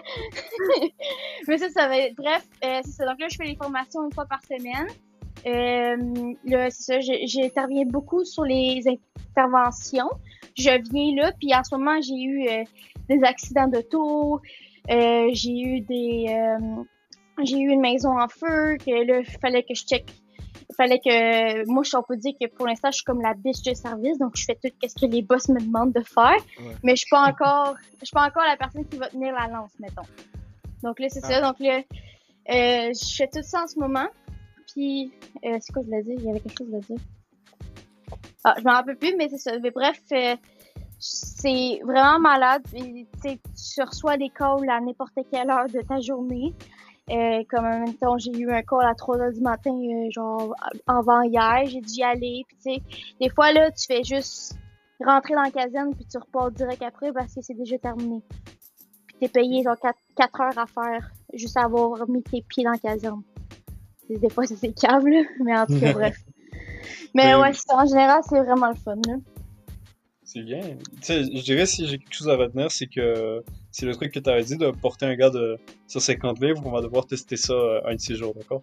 S3: Mais ça, ça va être... Bref, euh, c'est ça. Donc là, je fais les formations une fois par semaine. Euh, là, c'est ça, je- j'interviens beaucoup sur les interventions. Je viens là, puis en ce moment, j'ai eu euh, des accidents d'auto, euh, j'ai eu des... euh, j'ai eu une maison en feu, que là, il fallait que je check. Il fallait que... Moi, je- on peut dire que pour l'instant, je suis comme la bitch de service, donc je fais tout ce que les boss me demandent de faire.
S1: Ouais.
S3: Mais je suis pas encore... Je suis pas encore la personne qui va tenir la lance, mettons. Donc là, c'est
S1: Ah.
S3: ça. Donc là, euh, je fais tout ça en ce moment. Puis, euh, c'est quoi je voulais dire? Il y avait quelque chose à dire. Ah, je m'en rappelle plus, mais c'est ça. Mais bref, euh, c'est vraiment malade. Puis, tu sais, tu reçois des calls à n'importe quelle heure de ta journée. Euh, comme en même temps, j'ai eu un call à trois heures du matin, euh, genre avant hier, j'ai dû y aller. Puis tu sais, des fois là, tu fais juste rentrer dans la caserne puis tu repars direct après parce que c'est déjà terminé. Puis t'es payé genre quatre heures à faire juste avoir mis tes pieds dans la caserne. Des fois, c'est câble, là, mais en tout cas, bref. Mais
S2: Mais-
S3: ouais, c'est- en général, c'est vraiment le fun, là.
S2: C'est bien. Tu sais, je dirais si j'ai quelque chose à retenir, c'est que c'est le truc que tu avais dit de porter un gars de sur cinquante livres. On va devoir tester ça euh, un de ces jours, d'accord?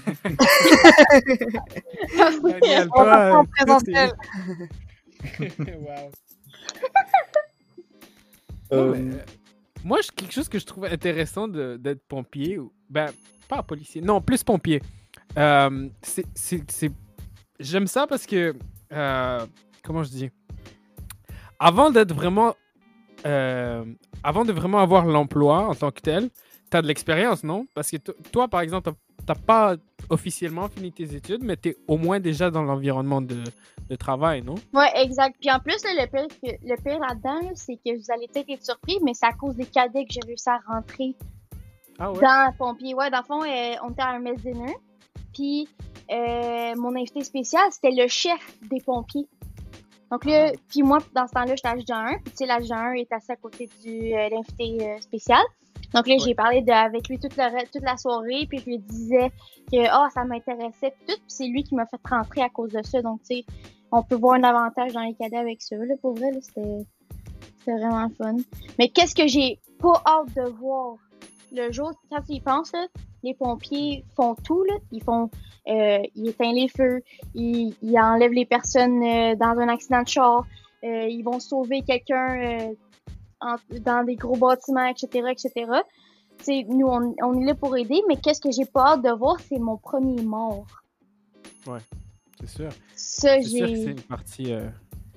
S1: Daniel,
S4: On va
S1: toi,
S4: faire en
S1: euh,
S4: présentiel.
S1: t'es- Wow.
S2: Euh,
S1: Non, mais, euh, moi, je- quelque chose que je trouve intéressant de- d'être pompier, ou ben, pas policier, non, plus pompier. Euh, c'est, c'est, c'est- J'aime ça parce que, euh, comment je dis, avant d'être vraiment, euh, avant de vraiment avoir l'emploi en tant que tel, t'as de l'expérience, non? Parce que to- toi, par exemple, t'as- t'as pas officiellement fini tes études, mais t'es au moins déjà dans l'environnement de, de travail, non?
S3: Ouais, exact. Puis en plus, là, le pire, que- le pire là-dedans, là, c'est que vous allez peut-être être surpris, mais c'est à cause des cadets que j'ai réussi à rentrer
S1: Ah ouais?
S3: dans Pompier. Ouais, dans le fond, euh, on était à un mess dinner. Puis euh, mon invité spécial, c'était le chef des pompiers. Donc là, puis moi, dans ce temps-là, j'étais adjudant un. Puis tu sais, l'adjudant un est assis à côté de euh, l'invité euh, spécial. Donc là,
S1: Ouais.
S3: j'ai parlé de, avec lui toute la, toute la soirée. Puis je lui disais que ah, ça m'intéressait. Puis tout. Puis c'est lui qui m'a fait rentrer à cause de ça. Donc tu sais, on peut voir un avantage dans les cadets avec ça. Là, pour vrai, là, c'était, c'était vraiment fun. Mais qu'est-ce que j'ai pas hâte de voir le jour, quand tu y penses, là, les pompiers font tout, là. Ils font, euh, ils éteignent les feux, ils, ils enlèvent les personnes euh, dans un accident de char, euh, ils vont sauver quelqu'un euh, en- dans des gros bâtiments, et cetera, et cetera. Tu sais, nous, on, on est là pour aider, mais qu'est-ce que j'ai pas hâte de voir, c'est mon premier mort.
S1: C'est sûr.
S3: Ça,
S1: C'est sûr que c'est
S3: j'ai...
S1: une partie... euh,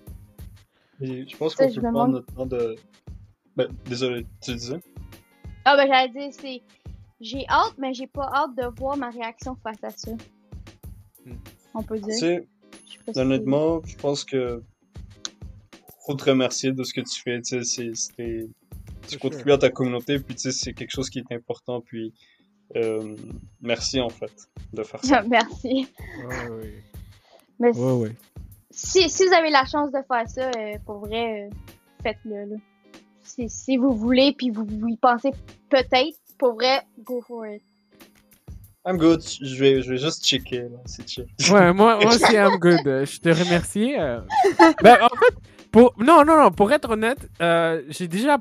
S2: et je pense
S3: Ça,
S2: qu'on
S3: je
S2: peut
S3: me
S2: prendre
S3: demande-
S2: notre temps de. Ben, désolé, tu disais?
S3: Ah, ben, j'allais dire, c'est... J'ai hâte, mais j'ai pas hâte de voir ma réaction face à ça.
S1: Hmm.
S3: On peut
S2: Tu
S3: dire.
S2: sais,
S3: Je sais pas si-
S2: honnêtement, je pense que faut te remercier de ce que tu fais. Tu sais, c'est, c'est- tu
S1: For
S2: contribues à ta communauté, puis tu sais, c'est quelque chose qui est important. Puis euh, merci en fait de faire ça.
S3: Merci.
S1: Ouais, ouais.
S3: Mais
S1: Ouais, ouais.
S3: si, si vous avez la chance de faire ça, euh, pour vrai, euh, faites-le. Là. Si, si vous voulez, puis vous, vous y pensez peut-être, pour vrai, go for it.
S2: I'm good. Je vais, je vais juste checker. Là. C'est chill.
S1: Ouais, moi, moi aussi, I'm good. Euh, Je te remercie. euh. Ben, en fait, pour... non, non, non, pour être honnête, euh, j'ai déjà,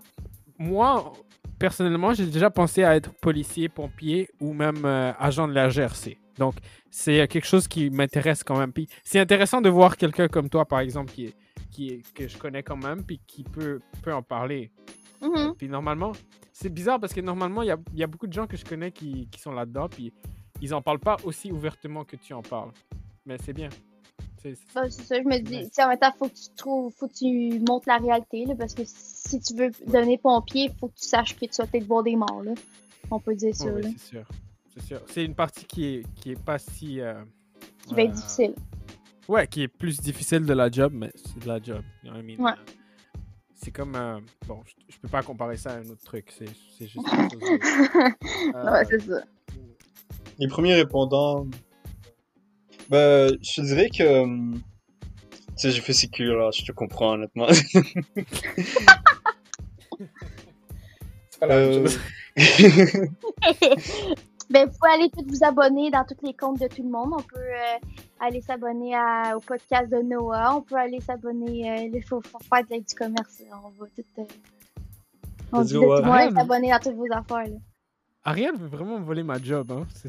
S1: moi, personnellement, j'ai déjà pensé à être policier, pompier ou même euh, agent de la G R C. Donc, c'est euh, quelque chose qui m'intéresse quand même. Puis, c'est intéressant de voir quelqu'un comme toi, par exemple, qui est, qui est, que je connais quand même, puis qui peut, peut en parler.
S3: Mhm.
S1: Euh, puis, normalement, c'est bizarre parce que normalement, il y a, il y a beaucoup de gens que je connais qui, qui sont là-dedans, puis ils n'en parlent pas aussi ouvertement que tu en parles. Mais c'est bien. C'est, c'est-
S3: Bah, c'est ça, je me dis,
S1: Ouais.
S3: tu sais, en même temps, faut que tu trouves, faut que tu montres la réalité, là, parce que si tu veux donner pompier, faut que tu saches que tu vas peut-être voir des morts, là. On peut dire ça,
S1: Ouais, ouais,
S3: là.
S1: c'est sûr. C'est sûr. C'est une partie qui est, qui est pas si... euh,
S3: Qui va être
S1: euh,
S3: difficile.
S1: Ouais, qui est plus difficile de la job, mais c'est de la job. You know what I mean?
S3: Ouais.
S1: Euh, c'est comme... euh, bon, je, je peux pas comparer ça à un autre truc. C'est, c'est juste quelque chose d'autre. Euh,
S3: Ouais, c'est ça.
S2: Les premiers répondants, ben, je te dirais que, hum, tu sais, j'ai fait sécu, là, je te comprends, honnêtement.
S5: C'est pas la même
S2: Euh,
S5: chose.
S3: Ben, vous pouvez aller tous vous abonner dans tous les comptes de tout le monde. On peut euh, aller s'abonner à- au podcast de Noah. On peut aller s'abonner. Euh, il faut, faut faire de l'aide du commerce. Là. On va tout. Euh, on
S2: Let's
S3: dit
S2: go,
S3: de
S2: ouais.
S3: tout le monde aller
S1: Ariane.
S3: s'abonner dans toutes vos affaires. Là.
S1: Ariel veut vraiment me voler ma job, hein. C'est-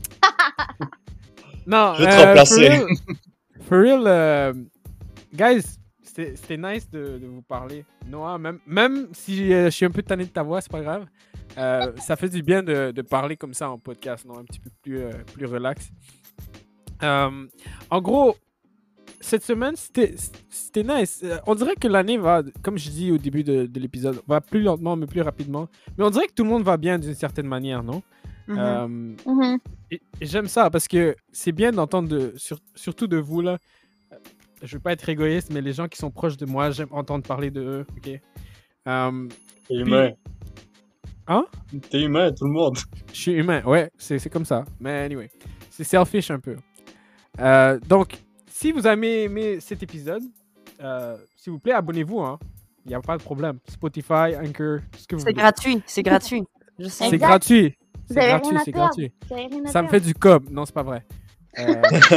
S1: non,
S2: Je vais te
S1: euh,
S2: remplacer.
S1: For real, for real, euh, guys, c'était, c'était nice de, de vous parler. Noah, même, même si euh, je suis un peu tanné de ta voix, c'est pas grave. Euh, ça fait du bien de, de parler comme ça en podcast, non, un petit peu plus, euh, plus relax. Euh, en gros, cette semaine, c'était, c'était nice. Euh, On dirait que l'année va, comme je dis au début de, de l'épisode, va plus lentement, mais plus rapidement. Mais on dirait que tout le monde va bien d'une certaine manière, non?
S4: Mhm.
S1: Euh,
S3: Mhm.
S1: et- et j'aime ça parce que c'est bien d'entendre, de, sur- surtout de vous, là. Euh, Je veux pas être égoïste, mais les gens qui sont proches de moi, j'aime entendre parler de eux, ok? Euh,
S2: T'es humain.
S1: Hein?
S2: T'es humain, tout le monde.
S1: Je suis humain, ouais, c'est c'est comme ça. Mais anyway, c'est selfish un peu. Euh, donc, si vous avez aimé cet épisode, euh, s'il vous plaît, abonnez-vous. Hein. Il n'y a pas de problème. Spotify, Anchor, ce que vous
S4: C'est
S1: voulez.
S4: gratuit, c'est gratuit. Je sais.
S1: C'est
S3: Exact.
S1: gratuit.
S3: Vous
S1: C'est
S3: avez
S1: gratuit,
S3: rien à
S1: c'est
S3: perdre.
S1: gratuit.
S3: Vous avez rien à
S1: Ça me
S3: perdre.
S1: fait du cob. Non, c'est pas vrai. Euh,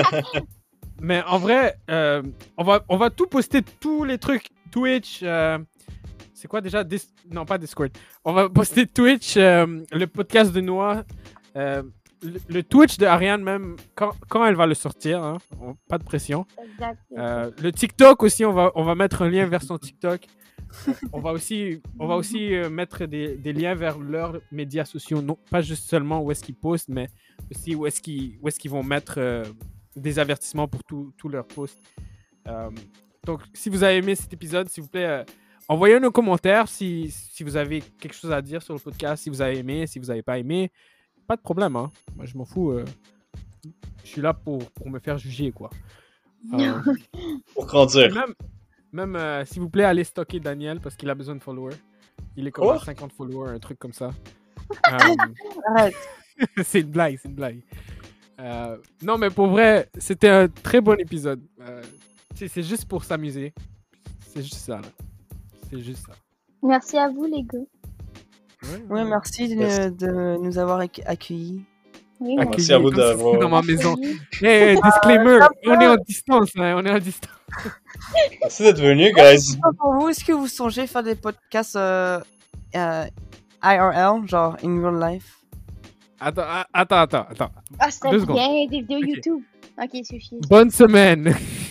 S1: mais en vrai, euh, on, va, on va tout poster, tous les trucs. Twitch, euh, c'est quoi déjà? Dis- Non, pas Discord. On va poster Twitch, euh, le podcast de Noah, euh, le, le Twitch de Ariane même, quand, quand elle va le sortir. Hein, on- pas de pression.
S3: Exact.
S1: Euh, le TikTok aussi, on va, on va mettre un lien vers son TikTok. Euh, on va aussi, on va aussi euh, mettre des, des liens vers leurs médias sociaux, non pas juste seulement où est-ce qu'ils postent, mais aussi où est-ce qu'ils, où est-ce qu'ils vont mettre euh, des avertissements pour tous tous leurs posts. Euh, donc, si vous avez aimé cet épisode, s'il vous plaît, euh, envoyez nos commentaires si, si vous avez quelque chose à dire sur le podcast, si vous avez aimé, si vous n'avez pas aimé. Pas de problème, hein. Moi, je m'en fous. euh, je suis là pour, pour me faire juger, quoi. Euh,
S2: Pour grandir.
S1: même, même euh, s'il vous plaît, allez stocker Daniel parce qu'il a besoin de followers. Il est comme
S2: Quoi?
S1: à cinquante followers, un truc comme ça. Euh,
S4: Arrête.
S1: c'est une blague, c'est une blague. Euh, non, mais pour vrai, c'était un très bon épisode. Euh, c'est c'est juste pour s'amuser. C'est juste ça, là. C'est juste ça.
S3: Merci à vous, les gars.
S1: Ouais,
S4: Oui, merci de,
S2: Merci.
S4: de nous avoir ac- accueillis.
S3: Oui,
S1: Accueilli,
S2: Merci à vous
S1: comme si
S2: d'avoir-
S1: c'était dans ma maison.
S3: Accueilli.
S1: Hey, hey, disclaimer,
S4: ça
S1: on est en distance, hein, on est en distance.
S2: Merci d'être venu, guys.
S4: Pour vous, est-ce que vous songez faire des podcasts euh, euh, I R L, genre in real life?
S1: Attends, ah, attends, attends, attends.
S3: Ah, c'était
S1: Deux secondes.
S3: bien, des vidéos
S1: Ok.
S3: YouTube. Ok, suffit.
S1: Bonne semaine.